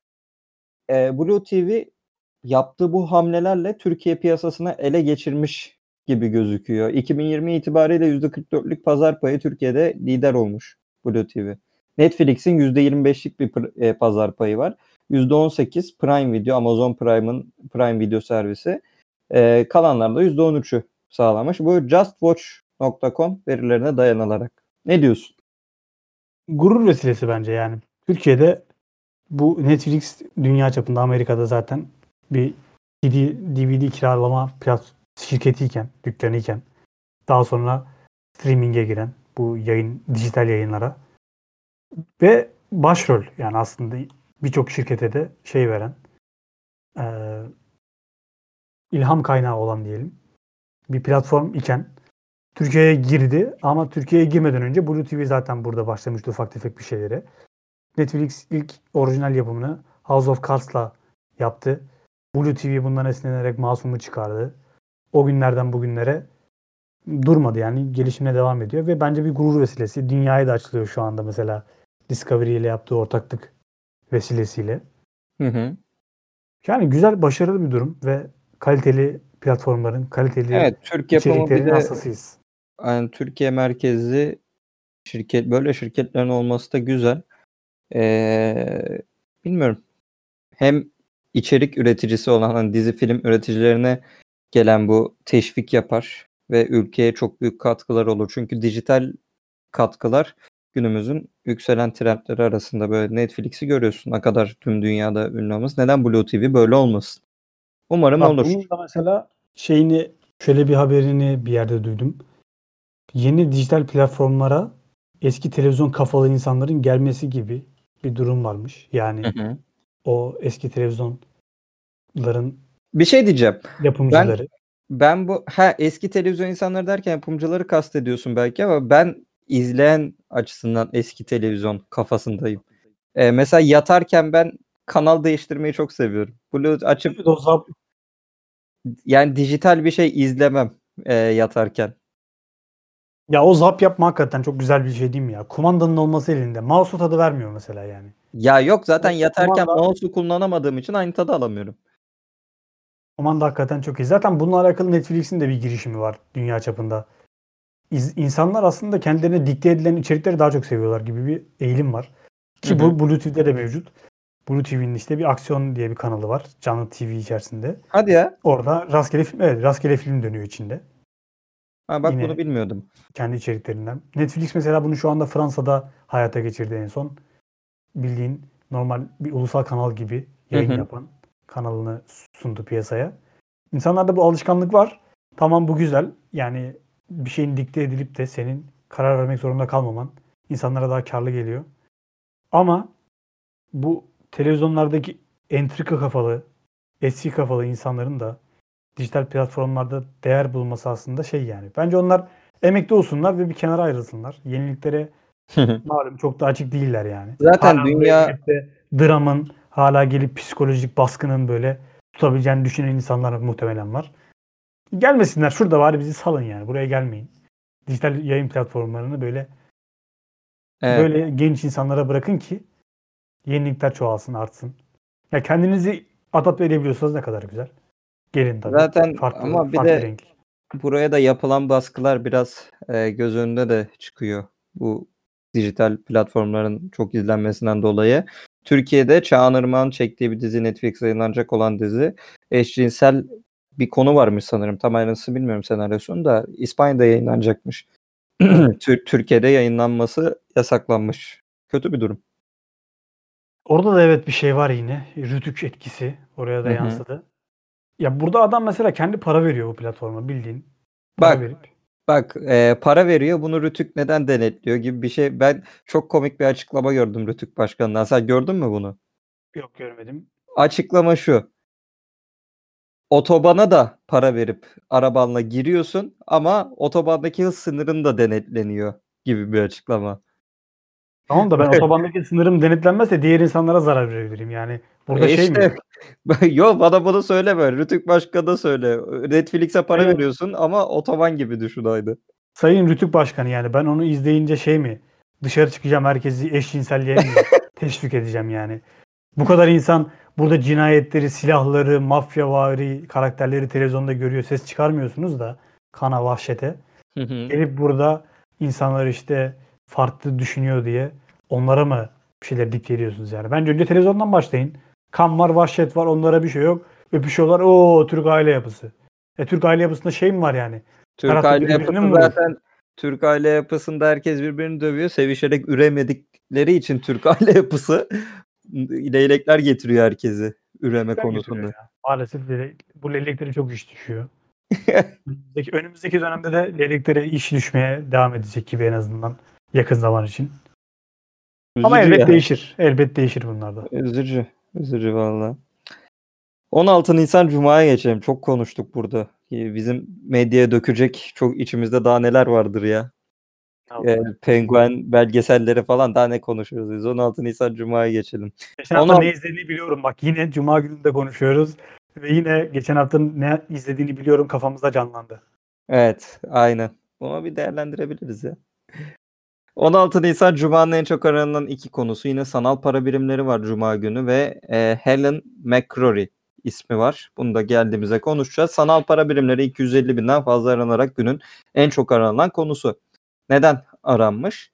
Ee, Blue T V yaptığı bu hamlelerle Türkiye piyasasını ele geçirmiş gibi gözüküyor. iki bin yirmi itibariyle yüzde kırk dörtlük pazar payı Türkiye'de lider olmuş Blue T V. Netflix'in yüzde yirmi beşlik bir pr- e, pazar payı var. yüzde on sekiz Prime Video, Amazon Prime'ın Prime Video servisi. E, kalanlar da yüzde on üçü sağlamış. Bu just watch nokta com verilerine dayanılarak. Ne diyorsun? Gurur vesilesi bence yani. Türkiye'de bu Netflix dünya çapında, Amerika'da zaten bir D V D kiralama plat şirketiyken, dükkanıyken, daha sonra streaming'e giren bu yayın, dijital yayınlara ve başrol, yani aslında birçok şirkete de şey veren, e, ilham kaynağı olan diyelim bir platform iken Türkiye'ye girdi, ama Türkiye'ye girmeden önce Blue T V zaten burada başlamıştı ufak tefek bir şeyleri. Netflix ilk orijinal yapımını House of Cards'la yaptı. Blue T V bundan esinlenerek Masum'u çıkardı. O günlerden bugünlere durmadı, yani gelişimine devam ediyor ve bence bir gurur vesilesi. Dünyaya da açılıyor şu anda mesela Discovery ile yaptığı ortaklık vesilesiyle. Hı hı. Yani güzel, başarılı bir durum ve kaliteli platformların, kaliteli Evet, Türk yapımı bir içeriklerin de hastasıyız. yani Türkiye merkezli şirket, böyle şirketlerin olması da güzel. Ee, bilmiyorum. Hem içerik üreticisi olan hani dizi film üreticilerine gelen bu teşvik yapar ve ülkeye çok büyük katkılar olur. Çünkü dijital katkılar günümüzün yükselen trendleri arasında. Böyle Netflix'i görüyorsun, ne kadar tüm dünyada ünlü olması. Neden Blue T V böyle olmasın? Umarım Bak, olur. bunun da mesela şeyini, şöyle bir haberini bir yerde duydum. Yeni dijital platformlara eski televizyon kafalı insanların gelmesi gibi bir durum varmış. Yani Hı hı. o eski televizyonların Bir şey diyeceğim. Ben yapımcıları. ben bu ha eski televizyon insanları derken yapımcıları kastediyorsun belki, ama ben izleyen açısından eski televizyon kafasındayım. Ee, mesela yatarken ben kanal değiştirmeyi çok seviyorum. Blue açıp Evet, o zap, yani dijital bir şey izlemem e, yatarken. ya o zap yapma hakikaten çok güzel bir şey değil mi ya? Kumandanın olması elinde. Mouse tadı vermiyor mesela yani. Ya yok, zaten O yatarken kumanda, mouse'u kullanamadığım için aynı tadı alamıyorum. kumanda hakikaten çok iyi. Zaten bununla alakalı Netflix'in de bir girişimi var dünya çapında. İz, insanlar aslında kendilerine dikte edilen içerikleri daha çok seviyorlar gibi bir eğilim var. Ki Hı bu hı. Blue T V'de de mevcut. Blue T V'nin işte bir aksiyon diye bir kanalı var. Canlı T V içerisinde. Hadi ya. Orada rastgele film, evet, rastgele film dönüyor içinde. Ha, bak bunu Yine bilmiyordum. kendi içeriklerinden. Netflix mesela bunu şu anda Fransa'da hayata geçirdi en son. Bildiğin normal bir ulusal kanal gibi Hı yayın hı. yapan kanalını sundu piyasaya. İnsanlarda bu alışkanlık var. Tamam, bu güzel. Yani bir şeyin dikte edilip de senin karar vermek zorunda kalmaman insanlara daha karlı geliyor. Ama bu televizyonlardaki entrika kafalı, eski kafalı insanların da dijital platformlarda değer bulması aslında şey yani. Bence onlar emekli olsunlar ve bir kenara ayrılsınlar. Yeniliklere malum çok da açık değiller yani. Zaten Hala buraya dünya gelip de dramın, hala gelip psikolojik baskının böyle tutabileceğini düşünen insanlar muhtemelen var. Gelmesinler, şurada bari bizi salın yani. Buraya gelmeyin. Dijital yayın platformlarını böyle evet. böyle genç insanlara bırakın ki yenilikler çoğalsın, artsın. Ya kendinizi adapte edebiliyorsanız ne kadar güzel. Gelin tabii. Zaten Farklı ama bir farklı de renk. buraya da yapılan baskılar biraz e, göz önünde de çıkıyor. Bu dijital platformların çok izlenmesinden dolayı. Türkiye'de Çağan Irmak'ın çektiği bir dizi, Netflix'e yayınlanacak olan dizi. Eşcinsel bir konu varmış sanırım. Tam ayrıntısı bilmiyorum senaryosunu da. İspanya'da yayınlanacakmış. Tür- Türkiye'de yayınlanması yasaklanmış. Kötü bir durum. Orada da evet bir şey var yine. Rütük etkisi oraya da Hı hı. yansıdı. Ya burada adam mesela kendi para veriyor bu platforma bildiğin. Para Bak verip. bak e, para veriyor, bunu Rütük neden denetliyor gibi bir şey. Ben çok komik bir açıklama gördüm Rütük Başkanı'ndan. Sen gördün mü bunu? Yok görmedim. Açıklama şu. Otobana da para verip arabanla giriyorsun ama otobandaki hız sınırın da denetleniyor gibi bir açıklama. Tamam da ben otobandaki sınırım denetlenmezse diğer insanlara zarar verebilirim. Yani burada E şey mi? işte yo, bana bunu söyleme. Rütük Başkan'a söyle. Netflix'e para Sayın, veriyorsun ama otoban gibi düşün aynı. Sayın Rütük Başkanı yani ben onu izleyince şey mi? Dışarı çıkacağım herkesi eşcinselliğe mi teşvik edeceğim yani? Bu kadar insan burada cinayetleri, silahları, mafyavari karakterleri televizyonda görüyor. Ses çıkarmıyorsunuz da kana vahşete. Hı hı. Gelip burada insanlar işte farklı düşünüyor diye onlara mı bir şeyler dikte ediyorsunuz yani? Bence önce televizyondan başlayın. Kan var, vahşet var, onlara bir şey yok. Öpüşüyorlar. Oo Türk aile yapısı. E Türk aile yapısında şey mi var yani? Türk Her hafta aile biri birini yapısı mi vurur? zaten Türk aile yapısında herkes birbirini dövüyor. Sevişerek üremedikleri için Türk aile yapısı leylekler getiriyor herkesi üreme Leylekler götürüyor konusunda. ya. Maalesef lele- bu leyleklere çok iş düşüyor. önümüzdeki, önümüzdeki dönemde de leyleklere iş düşmeye devam edecek gibi en azından yakın zaman için. Ama Üzücü elbet ya. değişir. Elbet değişir bunlarda. Üzücü. Üzücü valla. on altı Nisan Cuma'ya geçelim. Çok konuştuk burada. Bizim medyaya dökecek çok içimizde daha neler vardır ya. Ee, penguen belgeselleri falan daha ne konuşuyoruz biz. on altı Nisan Cuma'ya geçelim. Geçen hafta on altı ne izlediğini biliyorum. Bak yine Cuma gününde konuşuyoruz. Ve yine geçen hafta ne izlediğini biliyorum kafamızda canlandı. Evet, aynen. Bunu bir değerlendirebiliriz ya. on altı Nisan Cuma'nın en çok aranan iki konusu. Yine sanal para birimleri var Cuma günü ve e, Helen McCrory ismi var. Bunu da geldiğimizde konuşacağız. Sanal para birimleri iki yüz elli binden fazla aranarak günün en çok aranan konusu. Neden aranmış?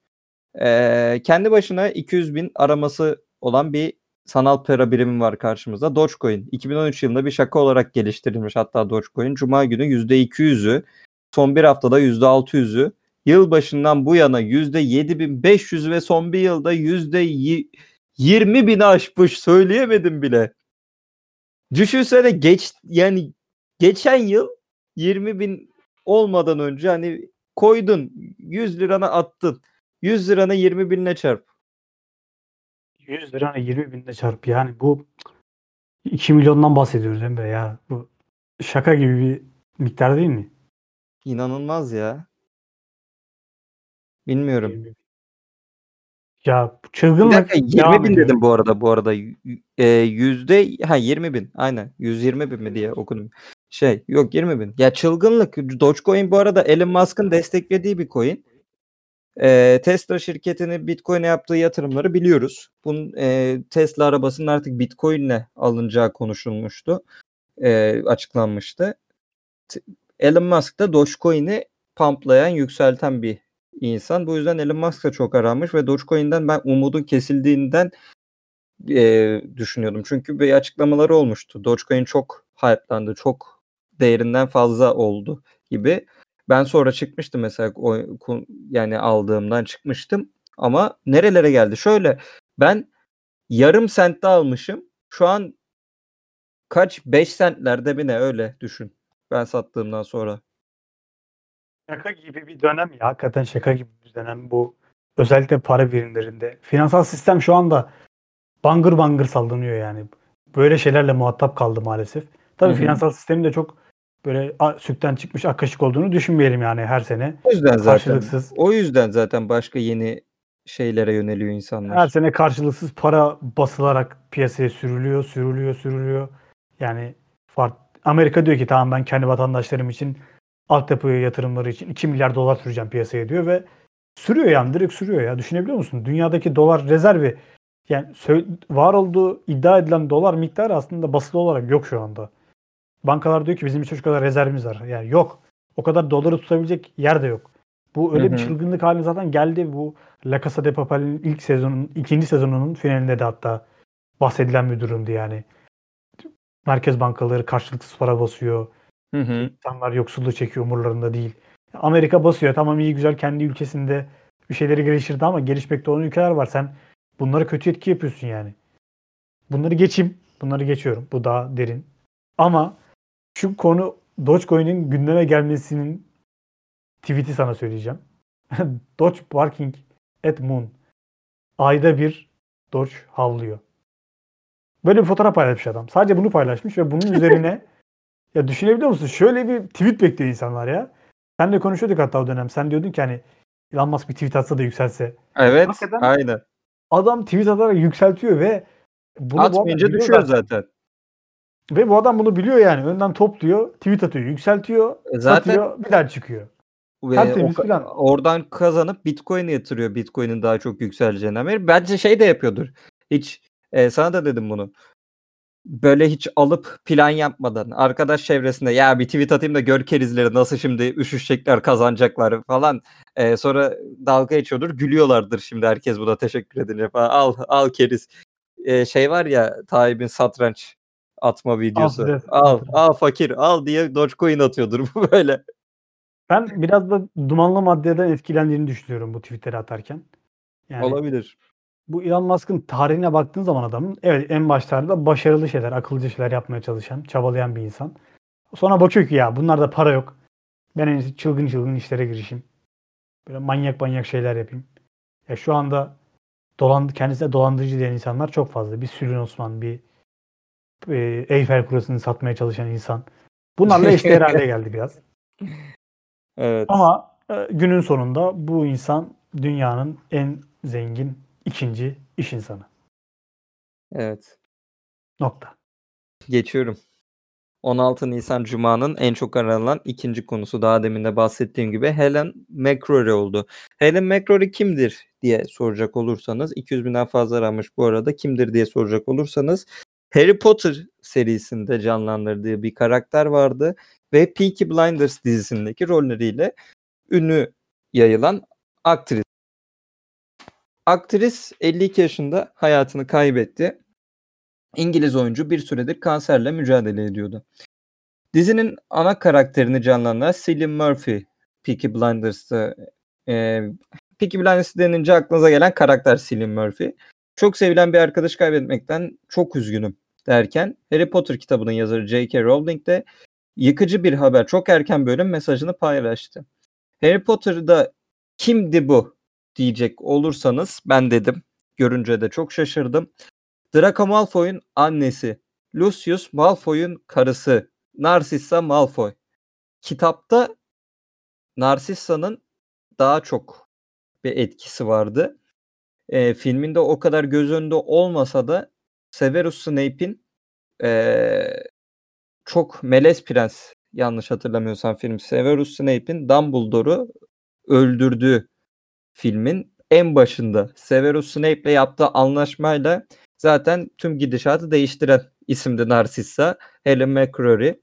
E, kendi başına iki yüz bin araması olan bir sanal para birimi var karşımızda. Dogecoin. iki bin on üç yılında bir şaka olarak geliştirilmiş hatta Dogecoin. Cuma günü yüzde iki yüzü, son bir haftada yüzde altı yüzü, yılbaşından bu yana yüzde yedi bin beş yüz ve son bir yılda yüzde yirmi bini aşmış. Söyleyemedim bile. Düşünsene geç yani geçen yıl yirmi bin olmadan önce hani koydun yüz lirana attın. yüz lirana yirmi binle çarp. yüz lira yirmi binde çarp. Yani bu iki milyondan bahsediyoruz Emre ya. Bu şaka gibi bir miktar değil mi? İnanılmaz ya. Bilmiyorum. Ya bu Bir çılgınlık dakika yirmi devam bin ediyor. dedim bu arada bu arada e, yüzde ha yirmi bin aynen yüz yirmi bin mi diye okudum. Şey yok yirmi bin. Ya çılgınlık. Dogecoin bu arada Elon Musk'ın desteklediği bir coin. E, Tesla şirketinin Bitcoin'e yaptığı yatırımları biliyoruz. Bunun e, Tesla arabasının artık Bitcoin'le alınacağı konuşulmuştu. E, açıklanmıştı. T- Elon Musk da Dogecoin'i pumplayan, yükselten bir insan. Bu yüzden Elon Musk da çok aranmış ve Dogecoin'den ben umudun kesildiğinden e, düşünüyordum. Çünkü bir açıklamaları olmuştu. Dogecoin çok hype'landı. Çok değerinden fazla oldu gibi. Ben sonra çıkmıştım mesela o, yani aldığımdan çıkmıştım. Ama nerelere geldi? Şöyle ben yarım sentte almışım. Şu an kaç? beş sentlerde mi ne öyle düşün. Ben sattığımdan sonra. Şaka gibi bir dönem ya. Hakikaten şaka gibi bir dönem bu. Özellikle para birimlerinde. Finansal sistem şu anda bangır bangır sallanıyor yani. Böyle şeylerle muhatap kaldı maalesef. Tabii Hı hı. finansal sistemin de çok böyle a- sütten çıkmış ak kaşık olduğunu düşünmeyelim yani her sene. O yüzden zaten Karşılıksız. o yüzden zaten başka yeni şeylere yöneliyor insanlar. Her sene karşılıksız para basılarak piyasaya sürülüyor, sürülüyor, sürülüyor. Yani fark, Amerika diyor ki tamam ben kendi vatandaşlarım için altyapı yatırımları için iki milyar dolar süreceğim piyasaya diyor ve sürüyor yani direkt sürüyor ya. Düşünebiliyor musun? Dünyadaki dolar rezervi yani var olduğu iddia edilen dolar miktarı aslında basılı olarak yok şu anda. Bankalar diyor ki bizim için şu kadar rezervimiz var. Yani yok. O kadar doları tutabilecek yer de yok. Bu öyle Hı bir hı. çılgınlık haline zaten geldi. Bu La Casa de Papel'in ilk sezonun, ikinci sezonunun finalinde de hatta bahsedilen bir durumdu yani. Merkez bankaları karşılıksız para basıyor. Hı hı. İnsanlar yoksulluğu çekiyor, umurlarında değil. Amerika basıyor. Tamam, iyi güzel kendi ülkesinde bir şeyleri geliştirdi ama gelişmekte olan ülkeler var. Sen bunlara kötü etki yapıyorsun yani. Bunları geçeyim. Bunları geçiyorum. Bu daha derin. Ama şu konu Dogecoin'in gündeme gelmesinin tweet'i sana söyleyeceğim. Doge barking at moon. Ayda bir Doge havlıyor. Böyle bir fotoğraf paylaşmış adam. Sadece bunu paylaşmış ve bunun üzerine ya düşünebiliyor musun? Şöyle bir tweet bekliyor insanlar ya. Senle konuşuyorduk hatta o dönem. Sen diyordun ki hani Elon Musk bir tweet atsa da yükselse. Evet, Hakikaten aynen. adam tweet atarak yükseltiyor ve bunu bu adam Atmayınca biliyor düşüyor zaten. zaten. Ve bu adam bunu biliyor yani. Önden topluyor, tweet atıyor, yükseltiyor, E zaten satıyor, bir daha çıkıyor. ve o, Tertemiz plan. oradan kazanıp Bitcoin'e yatırıyor. Bitcoin'in daha çok yükseleceğinden beri. Bence şey de yapıyordur. Hiç e, sana da dedim bunu. Böyle hiç alıp plan yapmadan arkadaş çevresinde ya bir tweet atayım da gör kerizleri nasıl şimdi üşüşecekler kazanacaklar falan. E, sonra dalga geçiyordur. Gülüyorlardır şimdi herkes buna teşekkür edince falan. Al al keriz. E, şey var ya Tayyip'in satranç atma videosu. Al, Al evet. al fakir al diye Dogecoin atıyordur bu böyle. Ben biraz da dumanlı maddeden etkilendiğini düşünüyorum bu tweetleri atarken. Yani Olabilir. bu Elon Musk'ın tarihine baktığın zaman adamın evet en başlarda başarılı şeyler, akıllıca şeyler yapmaya çalışan, çabalayan bir insan. Sonra bakıyor ki ya bunlarda para yok. Ben en iyisi çılgın çılgın işlere girişeyim. Böyle manyak manyak şeyler yapayım. Ya şu anda dolan, kendisine dolandırıcı diyen insanlar çok fazla. Bir Sülün Osman, bir e, Eyfel Kulesi'ni satmaya çalışan insan. Bunlarla eşdeğer hale geldi biraz. Evet. Ama e, günün sonunda bu insan dünyanın en zengin ikinci iş insanı. Evet. Nokta. Geçiyorum. on altı Nisan Cuma'nın en çok aranan ikinci konusu daha demin de bahsettiğim gibi Helen McCrory oldu. Helen McCrory kimdir diye soracak olursanız iki yüz binden fazla aranmış bu arada. Kimdir diye soracak olursanız Harry Potter serisinde canlandırdığı bir karakter vardı ve Peaky Blinders dizisindeki rolleriyle ünlü yayılan aktris. Aktris elli iki yaşında hayatını kaybetti. İngiliz oyuncu bir süredir kanserle mücadele ediyordu. Dizinin ana karakterini canlandıran Cillian Murphy, Peaky Blinders'ta e, Peaky Blinders denince aklınıza gelen karakter Cillian Murphy. Çok sevilen bir arkadaş kaybetmekten çok üzgünüm derken Harry Potter kitabının yazarı J K. Rowling de yıkıcı bir haber çok erken bölüm mesajını paylaştı. Harry Potter'da kimdi bu diyecek olursanız ben dedim. Görünce de çok şaşırdım. Draco Malfoy'un annesi, Lucius Malfoy'un karısı, Narcissa Malfoy. Kitapta Narcissa'nın daha çok bir etkisi vardı. E, filminde o kadar göz önünde olmasa da Severus Snape'in e, çok melez prens, yanlış hatırlamıyorsam film, Severus Snape'in Dumbledore'u öldürdüğü filmin en başında Severus Snape'le yaptığı anlaşmayla zaten tüm gidişatı değiştiren isimdi Narcissa. Helen McCrory.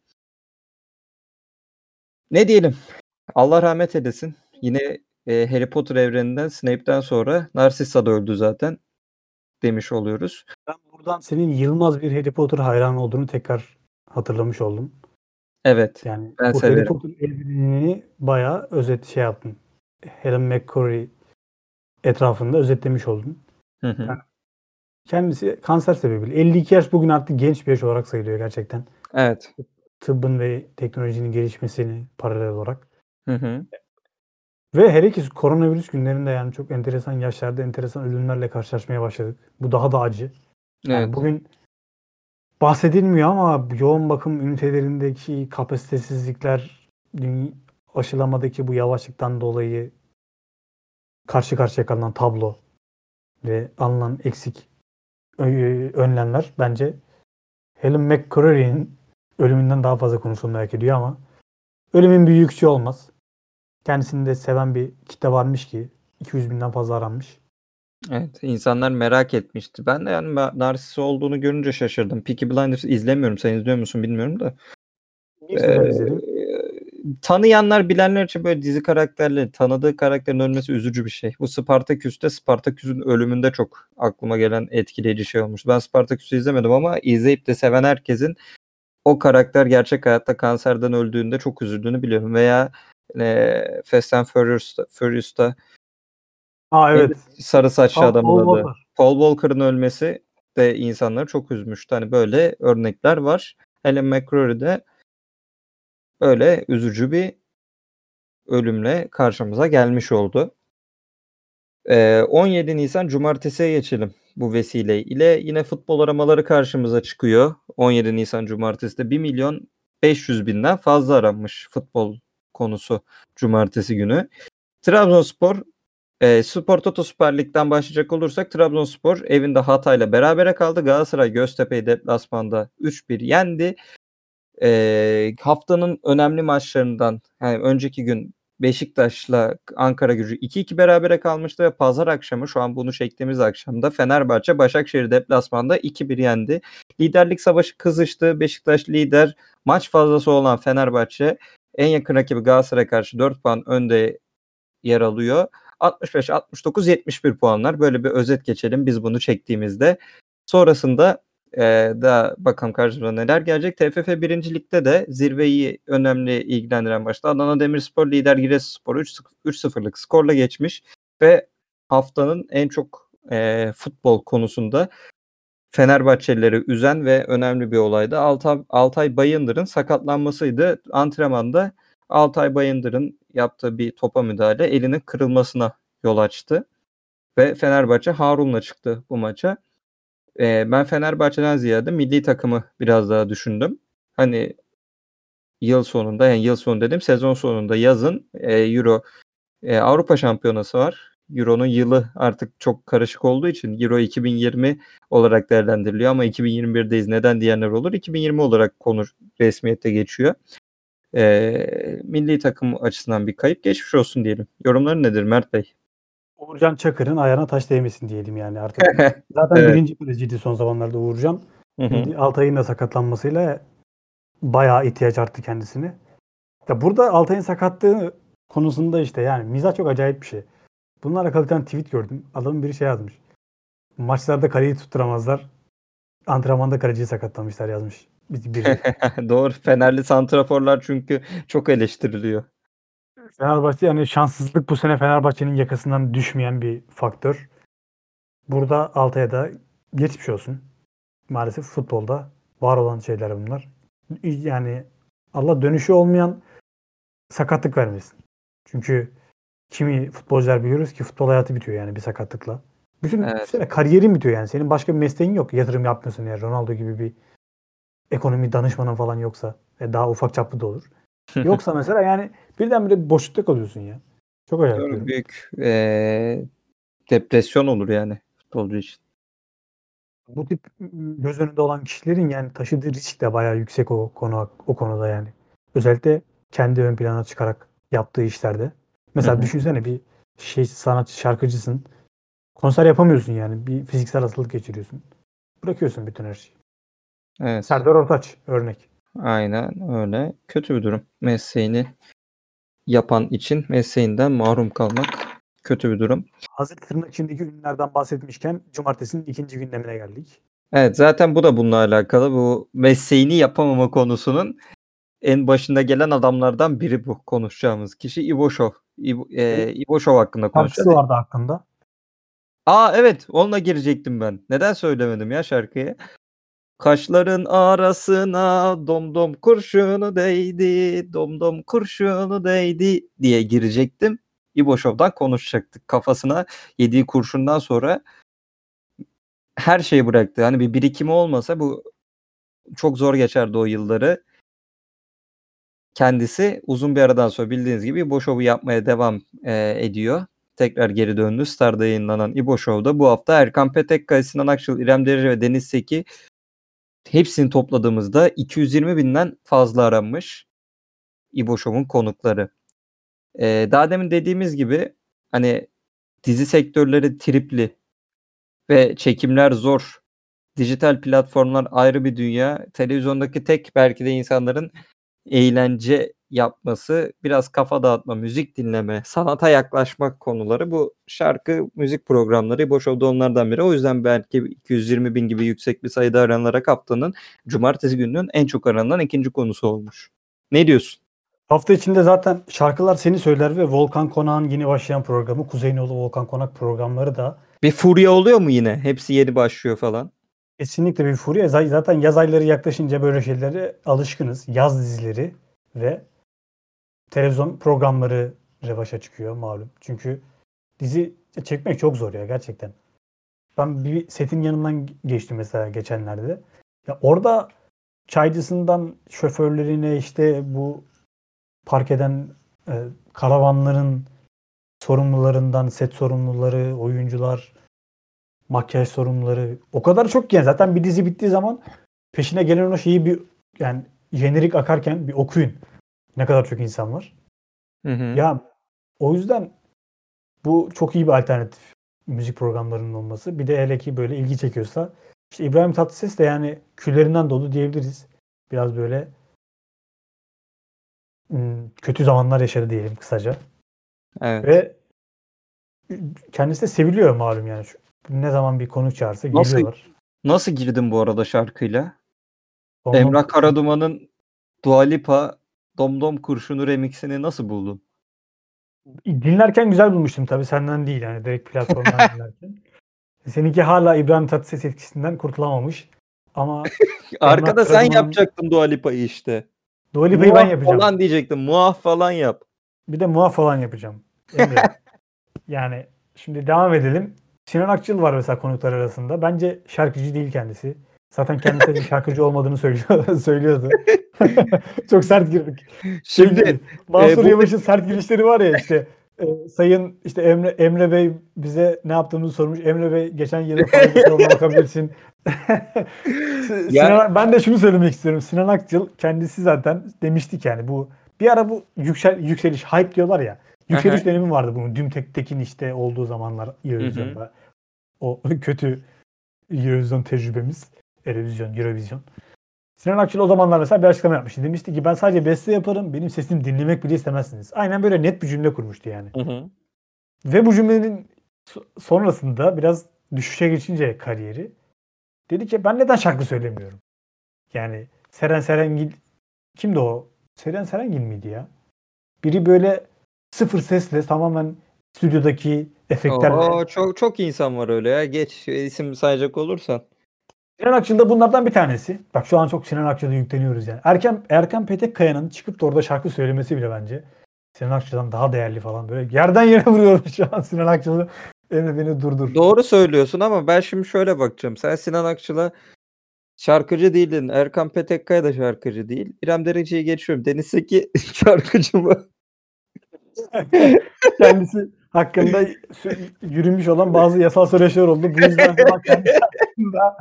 Ne diyelim? Allah rahmet eylesin. Yine e, Harry Potter evreninden Snape'den sonra Narcissa da öldü zaten demiş oluyoruz. Ben buradan senin yılmaz bir Harry Potter hayranı olduğunu tekrar hatırlamış oldum. Evet. Yani Ben bu Harry severim. Potter evrenini bayağı özet şey yaptın. Helen McCrory etrafında özetlemiş oldun. Hı hı. Yani kendisi kanser sebebiyle. elli iki yaş bugün artık genç bir yaş olarak sayılıyor gerçekten. Evet. Tıbbın ve teknolojinin gelişmesini paralel olarak. Hı hı. Ve hele ki koronavirüs günlerinde yani çok enteresan yaşlarda enteresan ölümlerle karşılaşmaya başladık. Bu daha da acı. Yani Evet. bugün bahsedilmiyor ama yoğun bakım ünitelerindeki kapasitesizlikler, dünya, aşılamadaki bu yavaşlıktan dolayı karşı karşıya kalınan tablo ve alınan eksik ö- önlemler bence Helen McCrory'nin ölümünden daha fazla konuşulmayı hak ediyor ama ölümün bir yüksü olmaz. Kendisini de seven bir kitle varmış ki iki yüz binden fazla aranmış. Evet. İnsanlar merak etmişti. Ben de yani Narcissa olduğunu görünce şaşırdım. Peaky Blinders izlemiyorum. Sen izliyor musun bilmiyorum da. Bir sefer izledim. tanıyanlar bilenler için böyle dizi karakterleri, tanıdığı karakterin ölmesi üzücü bir şey. Bu Spartaküs'te Spartaküs'ün ölümünde çok aklıma gelen etkileyici şey olmuş. Ben Spartaküs'ü izlemedim ama izleyip de seven herkesin o karakter gerçek hayatta kanserden öldüğünde çok üzüldüğünü biliyorum. Veya e, Fast and Furious'ta, Furious'ta Aa evet. sarı saçlı Paul- adamın Paul adı. Walker. Paul Walker'ın ölmesi de insanları çok üzmüştü. Hani böyle örnekler var. Helen McCrory de öyle üzücü bir ölümle karşımıza gelmiş oldu. Ee, on yedi Nisan Cumartesi'ye geçelim bu vesile ile. Yine futbol aramaları karşımıza çıkıyor. on yedi Nisan Cumartesi'de bir milyon beş yüz binden fazla aranmış futbol konusu Cumartesi günü. Trabzonspor, e, Spor Toto Süper Lig'den başlayacak olursak Trabzonspor evinde Hatay'la berabere kaldı. Galatasaray Göztepe'yi deplasmanda üç bir yendi. E, haftanın önemli maçlarından yani önceki gün Beşiktaş'la Ankaragücü iki iki berabere kalmıştı ve pazar akşamı şu an bunu çektiğimiz akşamda Fenerbahçe Başakşehir deplasmanda iki bir yendi. Liderlik savaşı kızıştı. Beşiktaş lider. Maç fazlası olan Fenerbahçe en yakın rakibi Galatasaray'a karşı dört puan önde yer alıyor. altmış beş altmış dokuz yetmiş bir puanlar. Böyle bir özet geçelim biz bunu çektiğimizde. Sonrasında e, da bakalım karşımıza neler gelecek. T F F birinci Lig'de de zirveyi önemli ilgilendiren maçta Adana Demirspor lider Giresunspor'u üç sıfırlık skorla geçmiş ve haftanın en çok e, futbol konusunda Fenerbahçelileri üzen ve önemli bir olaydı. Altay, Altay Bayındır'ın sakatlanmasıydı. Antrenmanda Altay Bayındır'ın yaptığı bir topa müdahale elinin kırılmasına yol açtı. Ve Fenerbahçe Harun'la çıktı bu maça. Ee, ben Fenerbahçe'den ziyade milli takımı biraz daha düşündüm. Hani yıl sonunda yani yıl sonu dedim sezon sonunda yazın e, Euro e, Avrupa Şampiyonası var. Euro'nun yılı artık çok karışık olduğu için Euro iki bin yirmi olarak değerlendiriliyor ama iki bin yirmi birdeyiz neden diyenler olur. iki bin yirmi olarak konu resmiyette geçiyor. E, milli takım açısından bir kayıp geçmiş olsun diyelim. Yorumların nedir Mert Bey? Uğurcan Çakır'ın ayağına taş değmesin diyelim yani artık. Zaten Evet. birinci kaleciydi son zamanlarda Uğurcan. Hı hı. Şimdi Altay'ın da sakatlanmasıyla bayağı ihtiyaç arttı kendisine. Ya burada Altay'ın sakatlığı konusunda işte yani mizah çok acayip bir şey. Bununla alakalı bir tane tweet gördüm. Adamın biri şey yazmış. Maçlarda kaleyi tutturamazlar. Antrenmanda kaleciyi sakatlamışlar yazmış. Bir, biri. Doğru. Fenerli santraforlar çünkü çok eleştiriliyor. Fenerbahçe yani şanssızlık bu sene Fenerbahçe'nin yakasından düşmeyen bir faktör. Burada Altay'a da geçmiş olsun. Maalesef futbolda var olan şeyler bunlar. Yani Allah dönüşü olmayan sakatlık vermesin. Çünkü kimi futbolcular biliyoruz ki futbol hayatı bitiyor yani bir sakatlıkla. Bütün Evet. sene kariyerin bitiyor yani. Senin başka bir mesleğin yok. Yatırım yapmıyorsun yani. Ronaldo gibi bir ekonomi danışmanın falan yoksa. E daha ufak çaplı da olur. Yoksa mesela yani birdenbire bir boşlukta kalıyorsun ya. Çok acayip bir durum. Büyük e, depresyon olur yani futbolcu için. Bu tip göz önünde olan kişilerin yani taşıdığı risk de bayağı yüksek o konu o konuda yani. Özellikle kendi ön plana çıkarak yaptığı işlerde. Mesela Hı hı. düşünsene bir şey sanatçı, şarkıcısın. Konser yapamıyorsun yani. Bir fiziksel hastalık geçiriyorsun. Bırakıyorsun bütün her şeyi. Evet. Serdar Ortaç örnek. Aynen öyle. Kötü bir durum. Mesleğini yapan için mesleğinden mahrum kalmak kötü bir durum. Hazır tırnak içindeki ünlülerden bahsetmişken cumartesinin ikinci gündemine geldik. Evet zaten bu da bununla alakalı. Bu mesleğini yapamama konusunun en başında gelen adamlardan biri bu konuşacağımız kişi İbo Show. İbo, e, İbo Show hakkında konuşacağız. Şarkısı vardı hakkında. Aa evet onunla girecektim ben. Neden söylemedim ya şarkıyı? Kaşların arasına domdom kurşunu değdi, domdom kurşunu değdi diye girecektim. İbo Show'dan konuşacaktık. Kafasına yediği kurşundan sonra her şeyi bıraktı. Hani bir birikimi olmasa bu çok zor geçerdi o yılları. Kendisi uzun bir aradan sonra bildiğiniz gibi İbo Show'u yapmaya devam e, ediyor. Tekrar geri döndü. Star'da yayınlanan İbo Show'da bu hafta Erkan Petekkaya, Sinan Akçıl, İrem Derici ve Deniz Seki hepsini topladığımızda iki yüz yirmi binden fazla aranmış İbo Show'un konukları. Ee, daha demin dediğimiz gibi hani dizi sektörleri tripli ve çekimler zor. Dijital platformlar ayrı bir dünya. Televizyondaki tek belki de insanların eğlence yapması, biraz kafa dağıtma, müzik dinleme, sanata yaklaşmak konuları bu şarkı, müzik programları İbo Show'da onlardan biri. O yüzden belki iki yüz yirmi bin gibi yüksek bir sayıda aranarak haftanın cumartesi gününün en çok aranan ikinci konusu olmuş. Ne diyorsun? Hafta içinde zaten şarkılar seni söyler ve Volkan Konak'ın yeni başlayan programı, Kuzeyinoğlu Volkan Konak programları da Bir furya oluyor mu yine? Hepsi yeni başlıyor falan. kesinlikle bir furya. Z- Zaten yaz ayları yaklaşınca böyle şeylere alışkınız. Yaz dizileri ve televizyon programları revaşa çıkıyor malum. Çünkü dizi çekmek çok zor ya gerçekten. Ben bir setin yanından geçtim mesela geçenlerde. Ya orada çaycısından şoförlerine işte bu park eden e, karavanların sorumlularından set sorumluları, oyuncular, makyaj sorumluları o kadar çok ki yani zaten bir dizi bittiği zaman peşine gelen o şeyi bir yani jenerik akarken bir okuyun. Ne kadar çok insan var. Hı hı. Ya o yüzden bu çok iyi bir alternatif müzik programlarının olması. Bir de hele ki böyle ilgi çekiyorsa işte İbrahim Tatlıses de yani küllerinden dolu diyebiliriz. Biraz böyle ım, kötü zamanlar yaşadı diyelim kısaca. Evet. Ve kendisi de seviliyor malum yani. Şu, ne zaman bir konuk çağırsa Nasıl- geliyorlar. Nasıl girdin bu arada şarkıyla? Ondan- Emrah Karaduman'ın Dua Lipa Domdom Kurşunu remixini nasıl buldun? Dinlerken güzel bulmuştum tabii senden değil yani direkt platformdan dinlerken. Seninki hala İbrahim Tatlıses etkisinden kurtulamamış. Ama Arkada sen Karaduman'ın- yapacaktın Dua Lipa'yı işte. Dua Lipa'yı ben Muah yapacağım. falan diyecektim. Muah falan yap. Bir de muaf falan yapacağım. Emre. Yani şimdi devam edelim. Sinan Akçıl var mesela konuklar arasında. Bence şarkıcı değil kendisi. Zaten kendisi de şarkıcı olmadığını söylüyor, söylüyordu. Çok sert girdik. Şey Şimdi gibi, Mansur e, bu- Yavaş'ın sert girişleri var ya işte e, Sayın işte Emre Emre Bey bize ne yaptığımızı sormuş. Emre Bey geçen yılın fabrikasına bakabilirsin. Sinan, ben de şunu söylemek istiyorum. Sinan Akçıl kendisi zaten demiştik yani bu bir ara bu yüksel, yükseliş hype diyorlar ya. Yükseliş Aha. dönemi vardı bunun. Düm Tekin işte olduğu zamanlar Eurovision'da. O kötü Eurovision tecrübemiz. Eurovision, Eurovision. Sinan Akçıl o zamanlar mesela bir açıklama yapmıştı. Demişti ki ben sadece beste yaparım. Benim sesimi dinlemek bile istemezsiniz. Aynen böyle net bir cümle kurmuştu yani. Hı hı. Ve bu cümlenin so- sonrasında biraz düşüşe geçince kariyeri dedi ki ben neden şarkı söylemiyorum? Yani Seren Serengil kimdi o? Seren Serengil miydi ya? Biri böyle sıfır sesle tamamen stüdyodaki efektlerle. Oo, çok çok insan var öyle ya. Geç isim sayacak olursan. Sinan Akçıl da bunlardan bir tanesi. Bak şu an çok Sinan Akçıl'a yükleniyoruz yani. Erken Erkan Petekkaya'nın çıkıp da orada şarkı söylemesi bile bence Sinan Akçıl'dan daha değerli falan böyle. Yerden yere vuruyorum şu an Sinan Akçıl'ı. Emre beni durdur. Doğru söylüyorsun ama ben şimdi şöyle bakacağım. Sen Sinan Akçıl'a şarkıcı değildin. Erkan Petekkaya da şarkıcı değil. İrem Derici'yi geçiyorum. Deniz Seki şarkıcı mı? Kendisi hakkında sü- yürümüş olan bazı yasal süreçler oldu. Bu yüzden acaba kendisi hakkında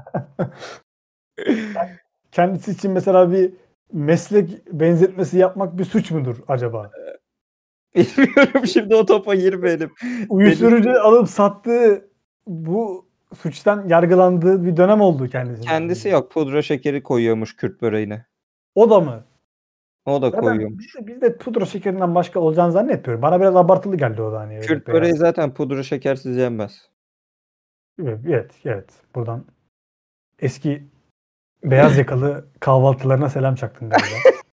kendisi için mesela bir meslek benzetmesi yapmak bir suç mudur acaba? Bilmiyorum, şimdi o topa girmeyelim. Uyuşturucu alıp sattığı bu suçtan yargılandığı bir dönem oldu kendisi. Kendisi yok. Pudra şekeri koyuyormuş Kürt böreğine. O da mı? O da Zaten koyuyormuş. biz de, biz de pudra şekerinden başka olacağını zannetmiyorum. Bana biraz abartılı geldi o da hani. öyle Kürt beyaz. böreği zaten pudra şekersiz yenmez. Evet, evet, evet. Buradan eski beyaz yakalı kahvaltılarına selam çaktın galiba.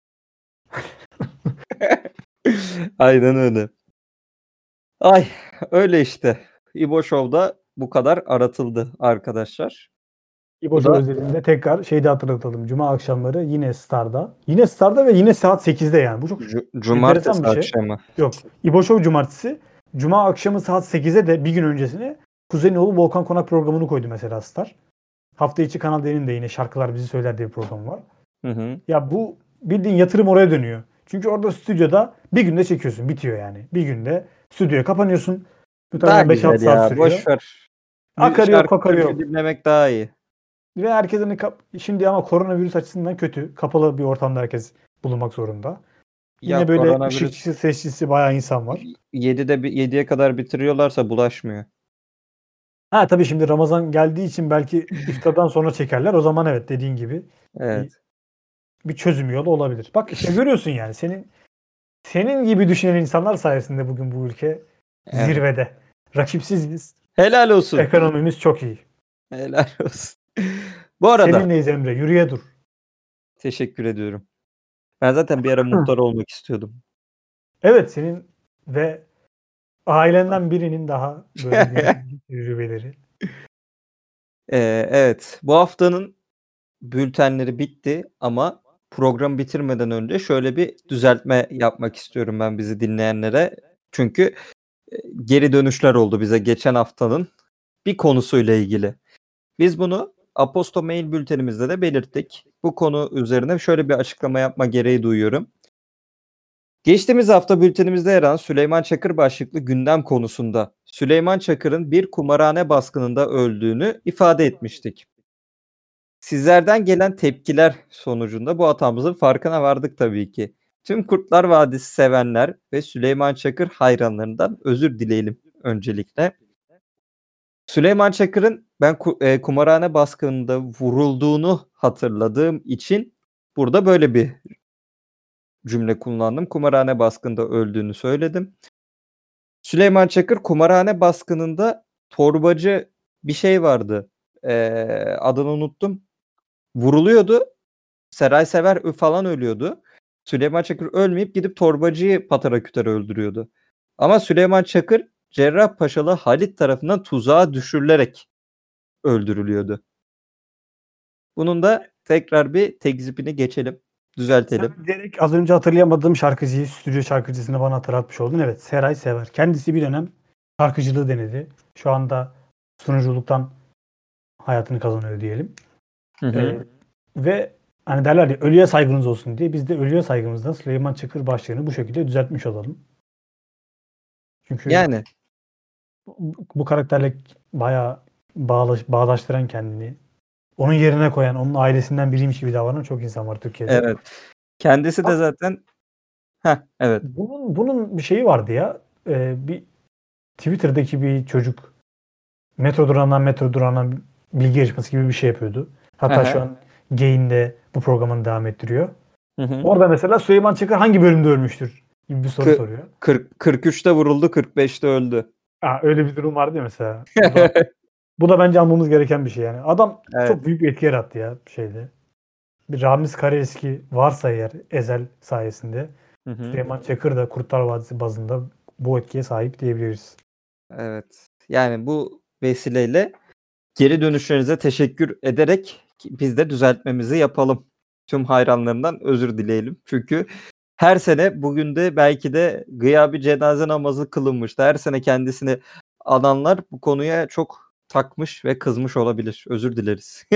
Aynen öyle. Ay öyle işte. İbo Show'da bu kadar aratıldı arkadaşlar. İbo Bu Show da- özelinde tekrar şeyde hatırlatalım. Cuma akşamları yine Star'da. Yine Star'da ve yine saat sekizde yani. Bu çok Cu- Cumartesi enteresan bir şey. akşamı. Yok. İbo Show cumartesi. Cuma akşamı saat sekizde de bir gün öncesine Kuzeyinoğlu Volkan Konak programını koydu mesela Star. Hafta içi Kanal D'nin de yine Şarkılar Bizi Söyler diye bir program var. Hı hı. Ya bu bildiğin yatırım oraya dönüyor. Çünkü orada stüdyoda bir günde çekiyorsun. Bitiyor yani. Bir günde stüdyoya kapanıyorsun. Daha Muhtemelen beş altı güzel saat ya. sürüyor. Boş ver. Akarı yok, Şarkı kokarı türkü yok. dinlemek daha iyi. Ve herkesin kap- şimdi ama koronavirüs açısından kötü. Kapalı bir ortamda herkes bulunmak zorunda. Yine Ya böyle koronavirüs- ışıkçısı, sesçisi bayağı insan var. yedide bir- yediye kadar bitiriyorlarsa bulaşmıyor. Ha tabii şimdi Ramazan geldiği için belki iftardan sonra çekerler. O zaman evet dediğin gibi Evet. bir çözüm yolu olabilir. Bak işte görüyorsun yani senin senin gibi düşünen insanlar sayesinde bugün bu ülke Evet. zirvede. Rakipsiziz. Helal olsun. Ekonomimiz çok iyi. Helal olsun. Bu arada Seninleyiz Emre. Yürüye dur. teşekkür ediyorum. Ben zaten bir ara muhtar olmak istiyordum. Evet, senin ve ailenden birinin daha böyle bir tecrübeleri. Ee, evet. Bu haftanın bültenleri bitti ama programı bitirmeden önce şöyle bir düzeltme yapmak istiyorum ben bizi dinleyenlere. Çünkü e, geri dönüşler oldu bize geçen haftanın bir konusuyla ilgili. Biz bunu Aposto Mail bültenimizde de belirttik. Bu konu üzerine şöyle bir açıklama yapma gereği duyuyorum. Geçtiğimiz hafta bültenimizde yer alan Süleyman Çakır başlıklı gündem konusunda Süleyman Çakır'ın bir kumarhane baskınında öldüğünü ifade etmiştik. Sizlerden gelen tepkiler sonucunda bu hatamızın farkına vardık tabii ki. Tüm Kurtlar Vadisi sevenler ve Süleyman Çakır hayranlarından özür dileyelim öncelikle. Süleyman Çakır'ın ben ku- e, kumarhane baskınında vurulduğunu hatırladığım için burada böyle bir cümle kullandım. Kumarhane baskında öldüğünü söyledim. Süleyman Çakır kumarhane baskınında torbacı bir şey vardı. Ee, adını unuttum. Vuruluyordu. Seray Sever falan ölüyordu. Süleyman Çakır ölmeyip gidip torbacıyı pataküter öldürüyordu. Ama Süleyman Çakır Cerrahpaşalı Halit tarafından tuzağa düşürülerek öldürülüyordu. Bunun da tekrar bir tekzibini geçelim. Düzeltelim. Sen direkt az önce hatırlayamadığım şarkıcıyı, stüdyo şarkıcısını bana hatırlatmış oldun. Evet, Seray Sever. Kendisi bir dönem şarkıcılığı denedi. Şu anda sunuculuktan hayatını kazanıyor diyelim. Hı hı. Ee, ve hani derler ya ölüye saygınız olsun diye biz de ölüye saygımızdan Süleyman Çakır başlığını bu şekilde düzeltmiş olalım. Çünkü Yani bu, bu karakterle bayağı bağlaş, bağdaştıran kendini, onun yerine koyan, onun ailesinden biriymiş gibi davranan çok insan var Türkiye'de. evet. Kendisi de zaten Heh, evet. Bunun bunun bir şeyi vardı ya. Ee, bir Twitter'daki bir çocuk metro durağından metro durağına bilgi yarışması gibi bir şey yapıyordu. Hatta Aha. şu an Gain'de bu programını devam ettiriyor. Hı hı. Orada mesela Süleyman Çakır hangi bölümde ölmüştür gibi bir soru Kı- soruyor. kırk, kırk üçte vuruldu, kırk beşte öldü. Ha, öyle bir durum vardı ya mesela. Bu da, bu da bence anlamamız gereken bir şey yani. Adam Evet. çok büyük bir etki yarattı ya şeyde. Bir Ramiz Karaeski varsa eğer Ezel sayesinde Hı hı. Süleyman Çakır da Kurtlar Vadisi bazında bu etkiye sahip diyebiliriz. Evet. Yani bu vesileyle geri dönüşlerinize teşekkür ederek biz de düzeltmemizi yapalım. Tüm hayranlarından özür dileyelim. Çünkü her sene bugün de belki de gıyabi cenaze namazı kılınmıştı. Her sene kendisini ananlar bu konuya çok takmış ve kızmış olabilir. Özür dileriz.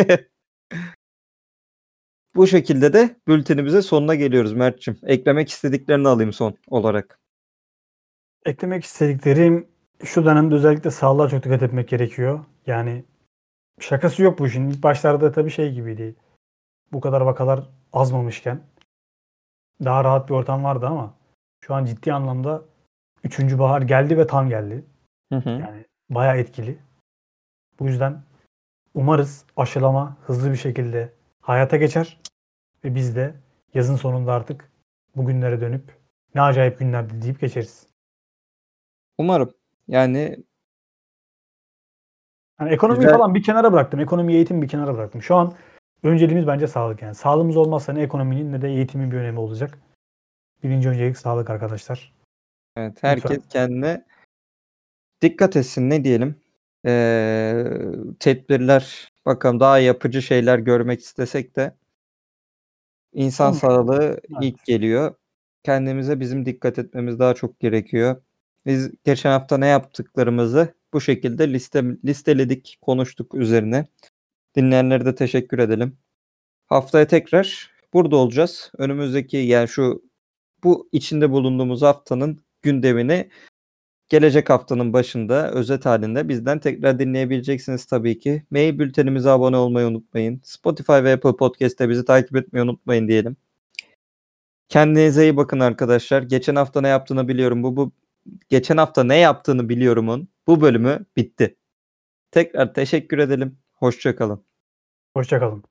Bu şekilde de bültenimize sonuna geliyoruz Mert'cim. Eklemek istediklerini alayım son olarak. Eklemek istediklerim şu dönemde özellikle sağlığa çok dikkat etmek gerekiyor. Yani şakası yok bu işin. İlk başlarda tabii şey gibiydi. Bu kadar vakalar azmamışken daha rahat bir ortam vardı ama şu an ciddi anlamda üçüncü bahar geldi ve tam geldi. Hı hı. Yani bayağı etkili. Bu yüzden umarız aşılama hızlı bir şekilde hayata geçer ve biz de yazın sonunda artık bugünlere dönüp ne acayip günlerdi deyip geçeriz. Umarım. Yani Yani ekonomiyi Güzel. falan bir kenara bıraktım. Ekonomi, eğitim bir kenara bıraktım. Şu an önceliğimiz bence sağlık yani. Sağlığımız olmazsa ne ekonominin ne de eğitimin bir önemi olacak. Birinci öncelik sağlık arkadaşlar. evet, herkes Lütfen. kendine dikkat etsin, ne diyelim. Ee, tedbirler, bakalım, daha yapıcı şeyler görmek istesek de insan Olmuyor. sağlığı Evet. ilk geliyor. Kendimize bizim dikkat etmemiz daha çok gerekiyor. Biz geçen hafta ne yaptıklarımızı bu şekilde liste, listeledik, konuştuk üzerine. Dinleyenlere de teşekkür edelim. Haftaya tekrar burada olacağız. Önümüzdeki, yani şu bu içinde bulunduğumuz haftanın gündemini gelecek haftanın başında özet halinde bizden tekrar dinleyebileceksiniz tabii ki. Mail bültenimize abone olmayı unutmayın. Spotify ve Apple Podcast'te bizi takip etmeyi unutmayın diyelim. Kendinize iyi bakın arkadaşlar. Geçen hafta ne yaptığını biliyorum. Bu, bu geçen hafta ne yaptığını biliyorumun bu bölümü bitti. Tekrar teşekkür edelim. Hoşça kalın. Hoşça kalın.